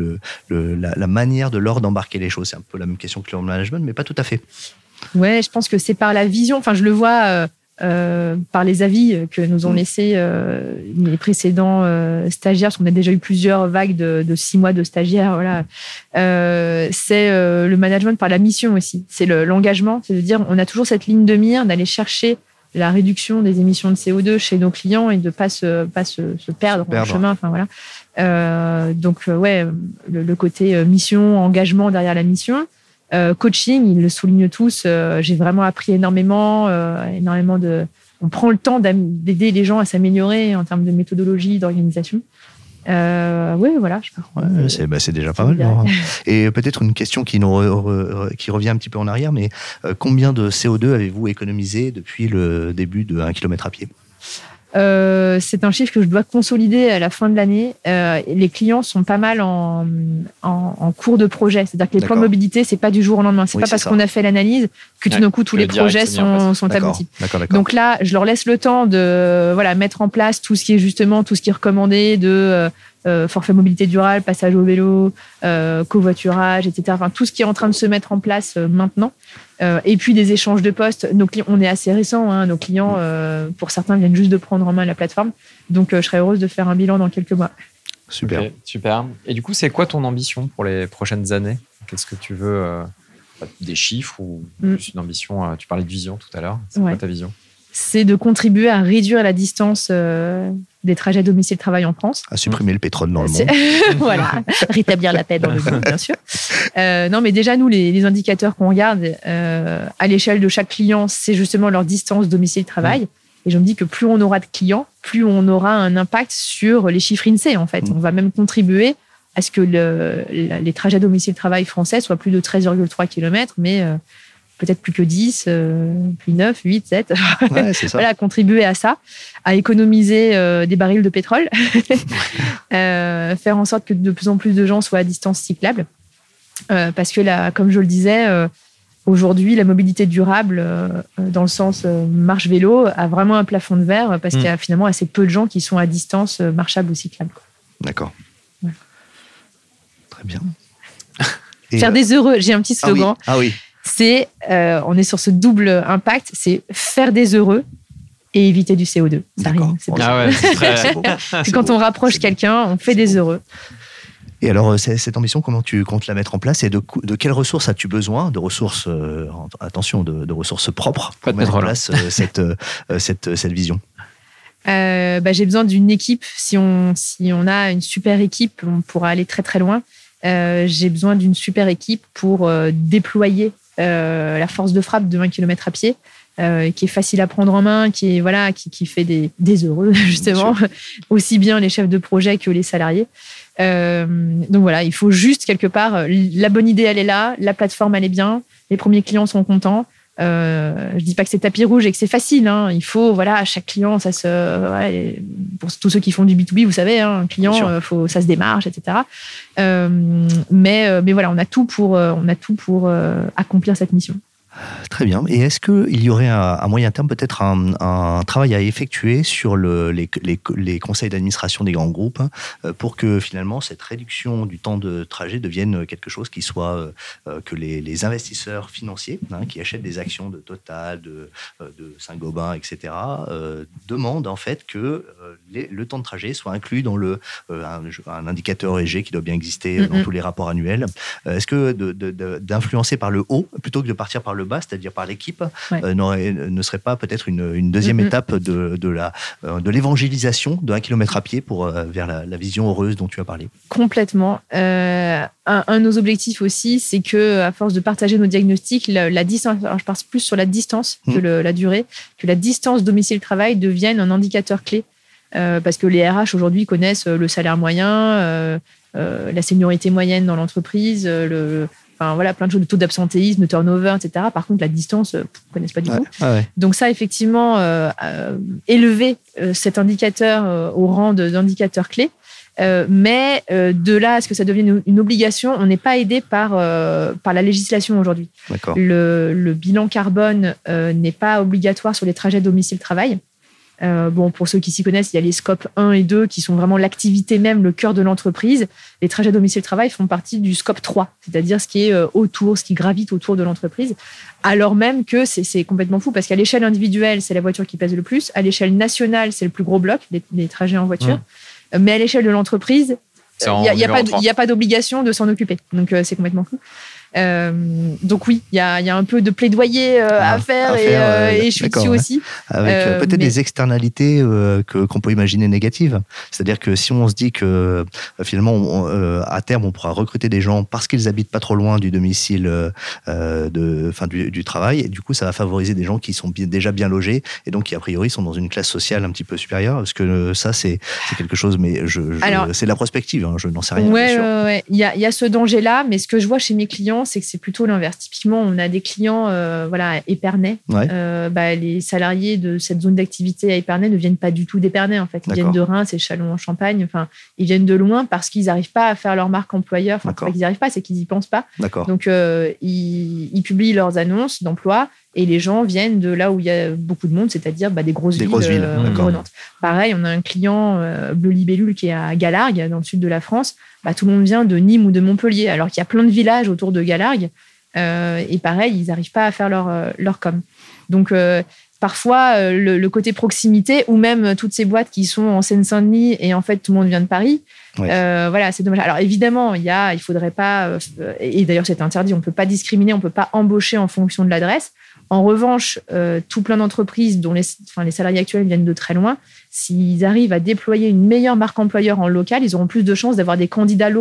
la manière de l'or d'embarquer les choses? C'est un peu la même question que le management, mais pas tout à fait. Ouais, je pense que c'est par la vision. Enfin, je le vois par les avis que nous ont laissés les précédents stagiaires, parce qu'on a déjà eu plusieurs vagues de 6 mois de stagiaires. Voilà. C'est le management par la mission aussi. C'est l'engagement, c'est de dire on a toujours cette ligne de mire d'aller chercher la réduction des émissions de CO2 chez nos clients et de pas se perdre en chemin. Enfin voilà. Donc le côté mission, engagement derrière la mission. Coaching, ils le soulignent tous. J'ai vraiment appris énormément on prend le temps d'aider les gens à s'améliorer en termes de méthodologie, d'organisation. Oui, voilà. C'est déjà pas mal. Et peut-être une question qui revient un petit peu en arrière, mais combien de CO2 avez-vous économisé depuis le début de 1 km à pied? C'est un chiffre que je dois consolider à la fin de l'année. Les clients sont pas mal en cours de projet. C'est-à-dire que les plans de mobilité, c'est pas du jour au lendemain. C'est pas parce qu'on a fait l'analyse que tout d'un coup, tous les projets sont aboutis. Donc là, je leur laisse le temps de mettre en place tout ce qui est recommandé de forfait mobilité durable, passage au vélo, covoiturage, etc. Enfin, tout ce qui est en train de se mettre en place maintenant. Et puis des échanges de postes. Nos clients, on est assez récents. Nos clients, pour certains, viennent juste de prendre en main la plateforme. Donc, je serais heureuse de faire un bilan dans quelques mois. Super. Okay, super. Et du coup, c'est quoi ton ambition pour les prochaines années? Qu'est-ce que tu veux? Des chiffres ou plus une ambition? Tu parlais de vision tout à l'heure. C'est quoi ta vision? C'est de contribuer à réduire la distance des trajets domicile-travail en France. À supprimer le pétrole dans le monde. Voilà, rétablir la paix dans le monde, bien sûr. Non, mais déjà, nous, les indicateurs qu'on regarde à l'échelle de chaque client, c'est justement leur distance domicile-travail. Et je me dis que plus on aura de clients, plus on aura un impact sur les chiffres INSEE, en fait. On va même contribuer à ce que les trajets domicile-travail français soient plus de 13,3 km, mais peut-être plus que 10, puis 9, 8, 7. Ouais, c'est ça. Voilà, contribuer à ça, à économiser des barils de pétrole, faire en sorte que de plus en plus de gens soient à distance cyclable. Parce que, là, comme je le disais, aujourd'hui, la mobilité durable, dans le sens marche-vélo, a vraiment un plafond de verre parce qu'il y a finalement assez peu de gens qui sont à distance marchable ou cyclable. D'accord. Ouais. Très bien. Faire des heureux, j'ai un petit slogan. Ah oui. C'est, on est sur ce double impact, c'est faire des heureux et éviter du CO2. Ça rime, c'est beau. Ah ouais, c'est très... C'est beau. Puis quand on rapproche quelqu'un, on fait des heureux. Et alors, cette ambition, comment tu comptes la mettre en place et de quelles ressources as-tu besoin? De ressources, attention, de ressources propres pour mettre en place cette vision. J'ai besoin d'une équipe. Si on a une super équipe, on pourra aller très très loin. J'ai besoin d'une super équipe pour déployer la force de frappe de 20 km à pied, qui est facile à prendre en main, qui fait des heureux, justement, aussi bien les chefs de projet que les salariés. Donc voilà, il faut juste quelque part, la bonne idée elle est là, la plateforme elle est bien, les premiers clients sont contents. Je dis pas que c'est tapis rouge et que c'est facile, hein. Il faut, à chaque client, pour tous ceux qui font du B2B, vous savez, hein, un client, ça se démarche, etc. Mais voilà, on a tout pour accomplir cette mission. Très bien. Et est-ce qu'il y aurait à moyen terme peut-être un travail à effectuer sur les conseils d'administration des grands groupes pour que finalement cette réduction du temps de trajet devienne quelque chose qui soit que les investisseurs financiers qui achètent des actions de Total, de Saint-Gobain, etc. demandent en fait que le temps de trajet soit inclus dans un indicateur ESG qui doit bien exister dans tous les rapports annuels. Est-ce que d'influencer par le haut plutôt que de partir par le bas, c'est-à-dire par l'équipe, ne serait pas peut-être une deuxième étape de l'évangélisation de 1 km à pied vers la vision heureuse dont tu as parlé? Complètement. Un de nos objectifs aussi, c'est que à force de partager nos diagnostics, la distance, alors je pars plus sur la distance que la durée, que la distance domicile-travail devienne un indicateur clé. Parce que les RH aujourd'hui connaissent le salaire moyen, la seniorité moyenne dans l'entreprise, plein de choses, de taux d'absentéisme, de turnover, etc. Par contre, la distance, ils ne connaissent pas du tout. Donc ça, effectivement, élever cet indicateur au rang d'indicateur clé. Mais de là à ce que ça devienne une obligation, on n'est pas aidé par la législation aujourd'hui. D'accord. Le bilan carbone n'est pas obligatoire sur les trajets domicile-travail. Pour ceux qui s'y connaissent, il y a les scopes 1 et 2 qui sont vraiment l'activité même, le cœur de l'entreprise. Les trajets domicile-travail font partie du scope 3, c'est-à-dire ce qui est ce qui gravite autour de l'entreprise, alors même que c'est complètement fou parce qu'à l'échelle individuelle, c'est la voiture qui pèse le plus, à l'échelle nationale, c'est le plus gros bloc, les trajets en voiture, mais à l'échelle de l'entreprise, il n'y a pas d'obligation de s'en occuper. Donc, c'est complètement fou. Donc oui, il y a un peu de plaidoyer à faire et je suis dessus aussi. Avec peut-être des externalités qu'on peut imaginer négatives. C'est-à-dire que si on se dit que finalement, à terme, on pourra recruter des gens parce qu'ils habitent pas trop loin du domicile du travail, et du coup, ça va favoriser des gens qui sont déjà bien logés et donc qui, a priori, sont dans une classe sociale un petit peu supérieure. Parce que ça, c'est quelque chose, mais c'est de la prospective, hein, je n'en sais rien. Bien sûr. Il y a ce danger-là, mais ce que je vois chez mes clients, c'est que c'est plutôt l'inverse. Typiquement, on a des clients Épernay. Les salariés de cette zone d'activité à Épernay ne viennent pas du tout d'Épernay. En fait. Ils viennent de Reims et Châlons-en-Champagne. Enfin, ils viennent de loin parce qu'ils n'arrivent pas à faire leur marque employeur. Enfin, c'est pas qu'ils n'y arrivent pas, c'est qu'ils n'y pensent pas. Donc, ils publient leurs annonces d'emploi et les gens viennent de là où il y a beaucoup de monde, c'est-à-dire des grosses villes environnantes. Pareil, on a un client Bleu Libellule qui est à Galargues, dans le sud de la France. Tout le monde vient de Nîmes ou de Montpellier, alors qu'il y a plein de villages autour de Galargues. Et pareil, ils n'arrivent pas à faire leur com. Donc, parfois, le côté proximité, ou même toutes ces boîtes qui sont en Seine-Saint-Denis et en fait, tout le monde vient de Paris. C'est dommage. Alors, évidemment, il ne faudrait pas... et d'ailleurs, c'est interdit. On ne peut pas discriminer, on ne peut pas embaucher en fonction de l'adresse. En revanche, tout plein d'entreprises dont les salariés actuels viennent de très loin, s'ils arrivent à déployer une meilleure marque employeur en local, ils auront plus de chances d'avoir des candidats locaux.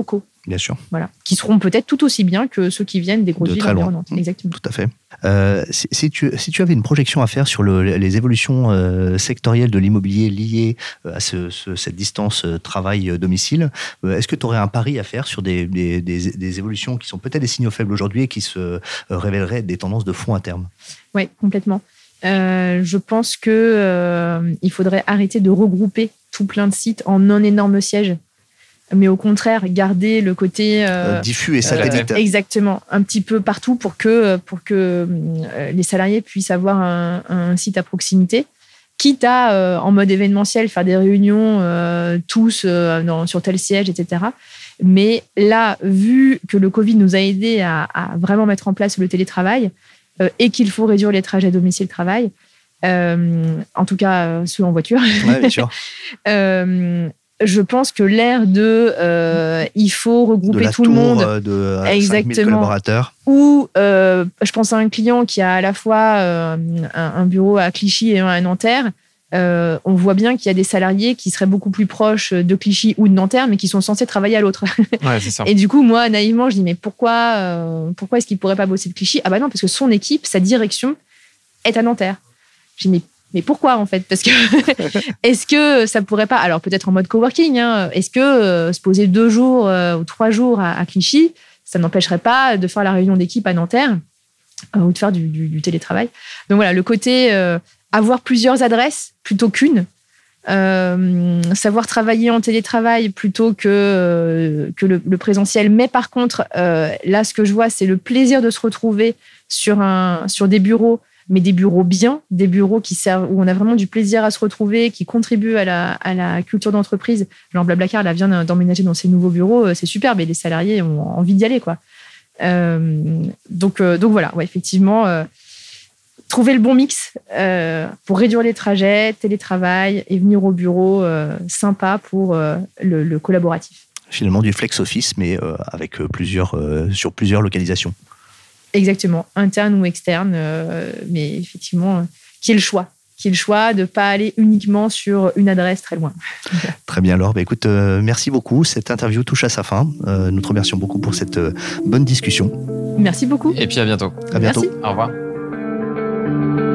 Bien sûr. Voilà. Qui seront peut-être tout aussi bien que ceux qui viennent des grosses villes environnantes. Exactement. Tout à fait. Si tu avais une projection à faire sur les évolutions sectorielles de l'immobilier liées à cette distance travail-domicile, est-ce que tu aurais un pari à faire sur des évolutions qui sont peut-être des signaux faibles aujourd'hui et qui se révéleraient être des tendances de fond à terme? Oui, complètement. Je pense qu'il faudrait arrêter de regrouper tout plein de sites en un énorme siège. Mais au contraire, garder le côté diffus et satellite. Exactement, un petit peu partout pour que les salariés puissent avoir un site à proximité, quitte à, en mode événementiel, faire des réunions tous sur tel siège, etc. Mais là, vu que le Covid nous a aidés à vraiment mettre en place le télétravail et qu'il faut réduire les trajets domicile-travail, en tout cas ceux en voiture, ouais, bien sûr. Je pense que l'ère il faut regrouper tout le monde de 5000 exactement collaborateurs. Ou je pense à un client qui a à la fois un bureau à Clichy et un à Nanterre. On voit bien qu'il y a des salariés qui seraient beaucoup plus proches de Clichy ou de Nanterre, mais qui sont censés travailler à l'autre. Ouais, c'est ça. Et du coup, moi, naïvement, je dis mais pourquoi est-ce qu'il pourrait pas bosser de Clichy? Ah bah non, parce que son équipe, sa direction est à Nanterre. Je dis mais pourquoi en fait? Parce que est-ce que ça pourrait pas, alors peut-être en mode coworking, est-ce que se poser 2 jours ou 3 jours à Clichy, ça n'empêcherait pas de faire la réunion d'équipe à Nanterre ou de faire du télétravail? Donc voilà, le côté avoir plusieurs adresses plutôt qu'une, savoir travailler en télétravail plutôt que le présentiel. Mais par contre, là, ce que je vois, c'est le plaisir de se retrouver sur des bureaux, mais des bureaux bien, des bureaux qui servent, où on a vraiment du plaisir à se retrouver, qui contribuent à la culture d'entreprise. Genre Blablacar, là, vient d'emménager dans ses nouveaux bureaux, c'est superbe, et les salariés ont envie d'y aller, quoi. Donc voilà, ouais, effectivement, trouver le bon mix pour réduire les trajets, télétravail et venir au bureau sympa pour le collaboratif. Finalement, du flex office, mais avec sur plusieurs localisations. Exactement, interne ou externe, mais effectivement, qui est le choix de ne pas aller uniquement sur une adresse très loin. Très bien, Laure. Écoute, merci beaucoup. Cette interview touche à sa fin. Nous te remercions beaucoup pour cette bonne discussion. Merci beaucoup. Et puis à bientôt. À bientôt. Merci. Au revoir.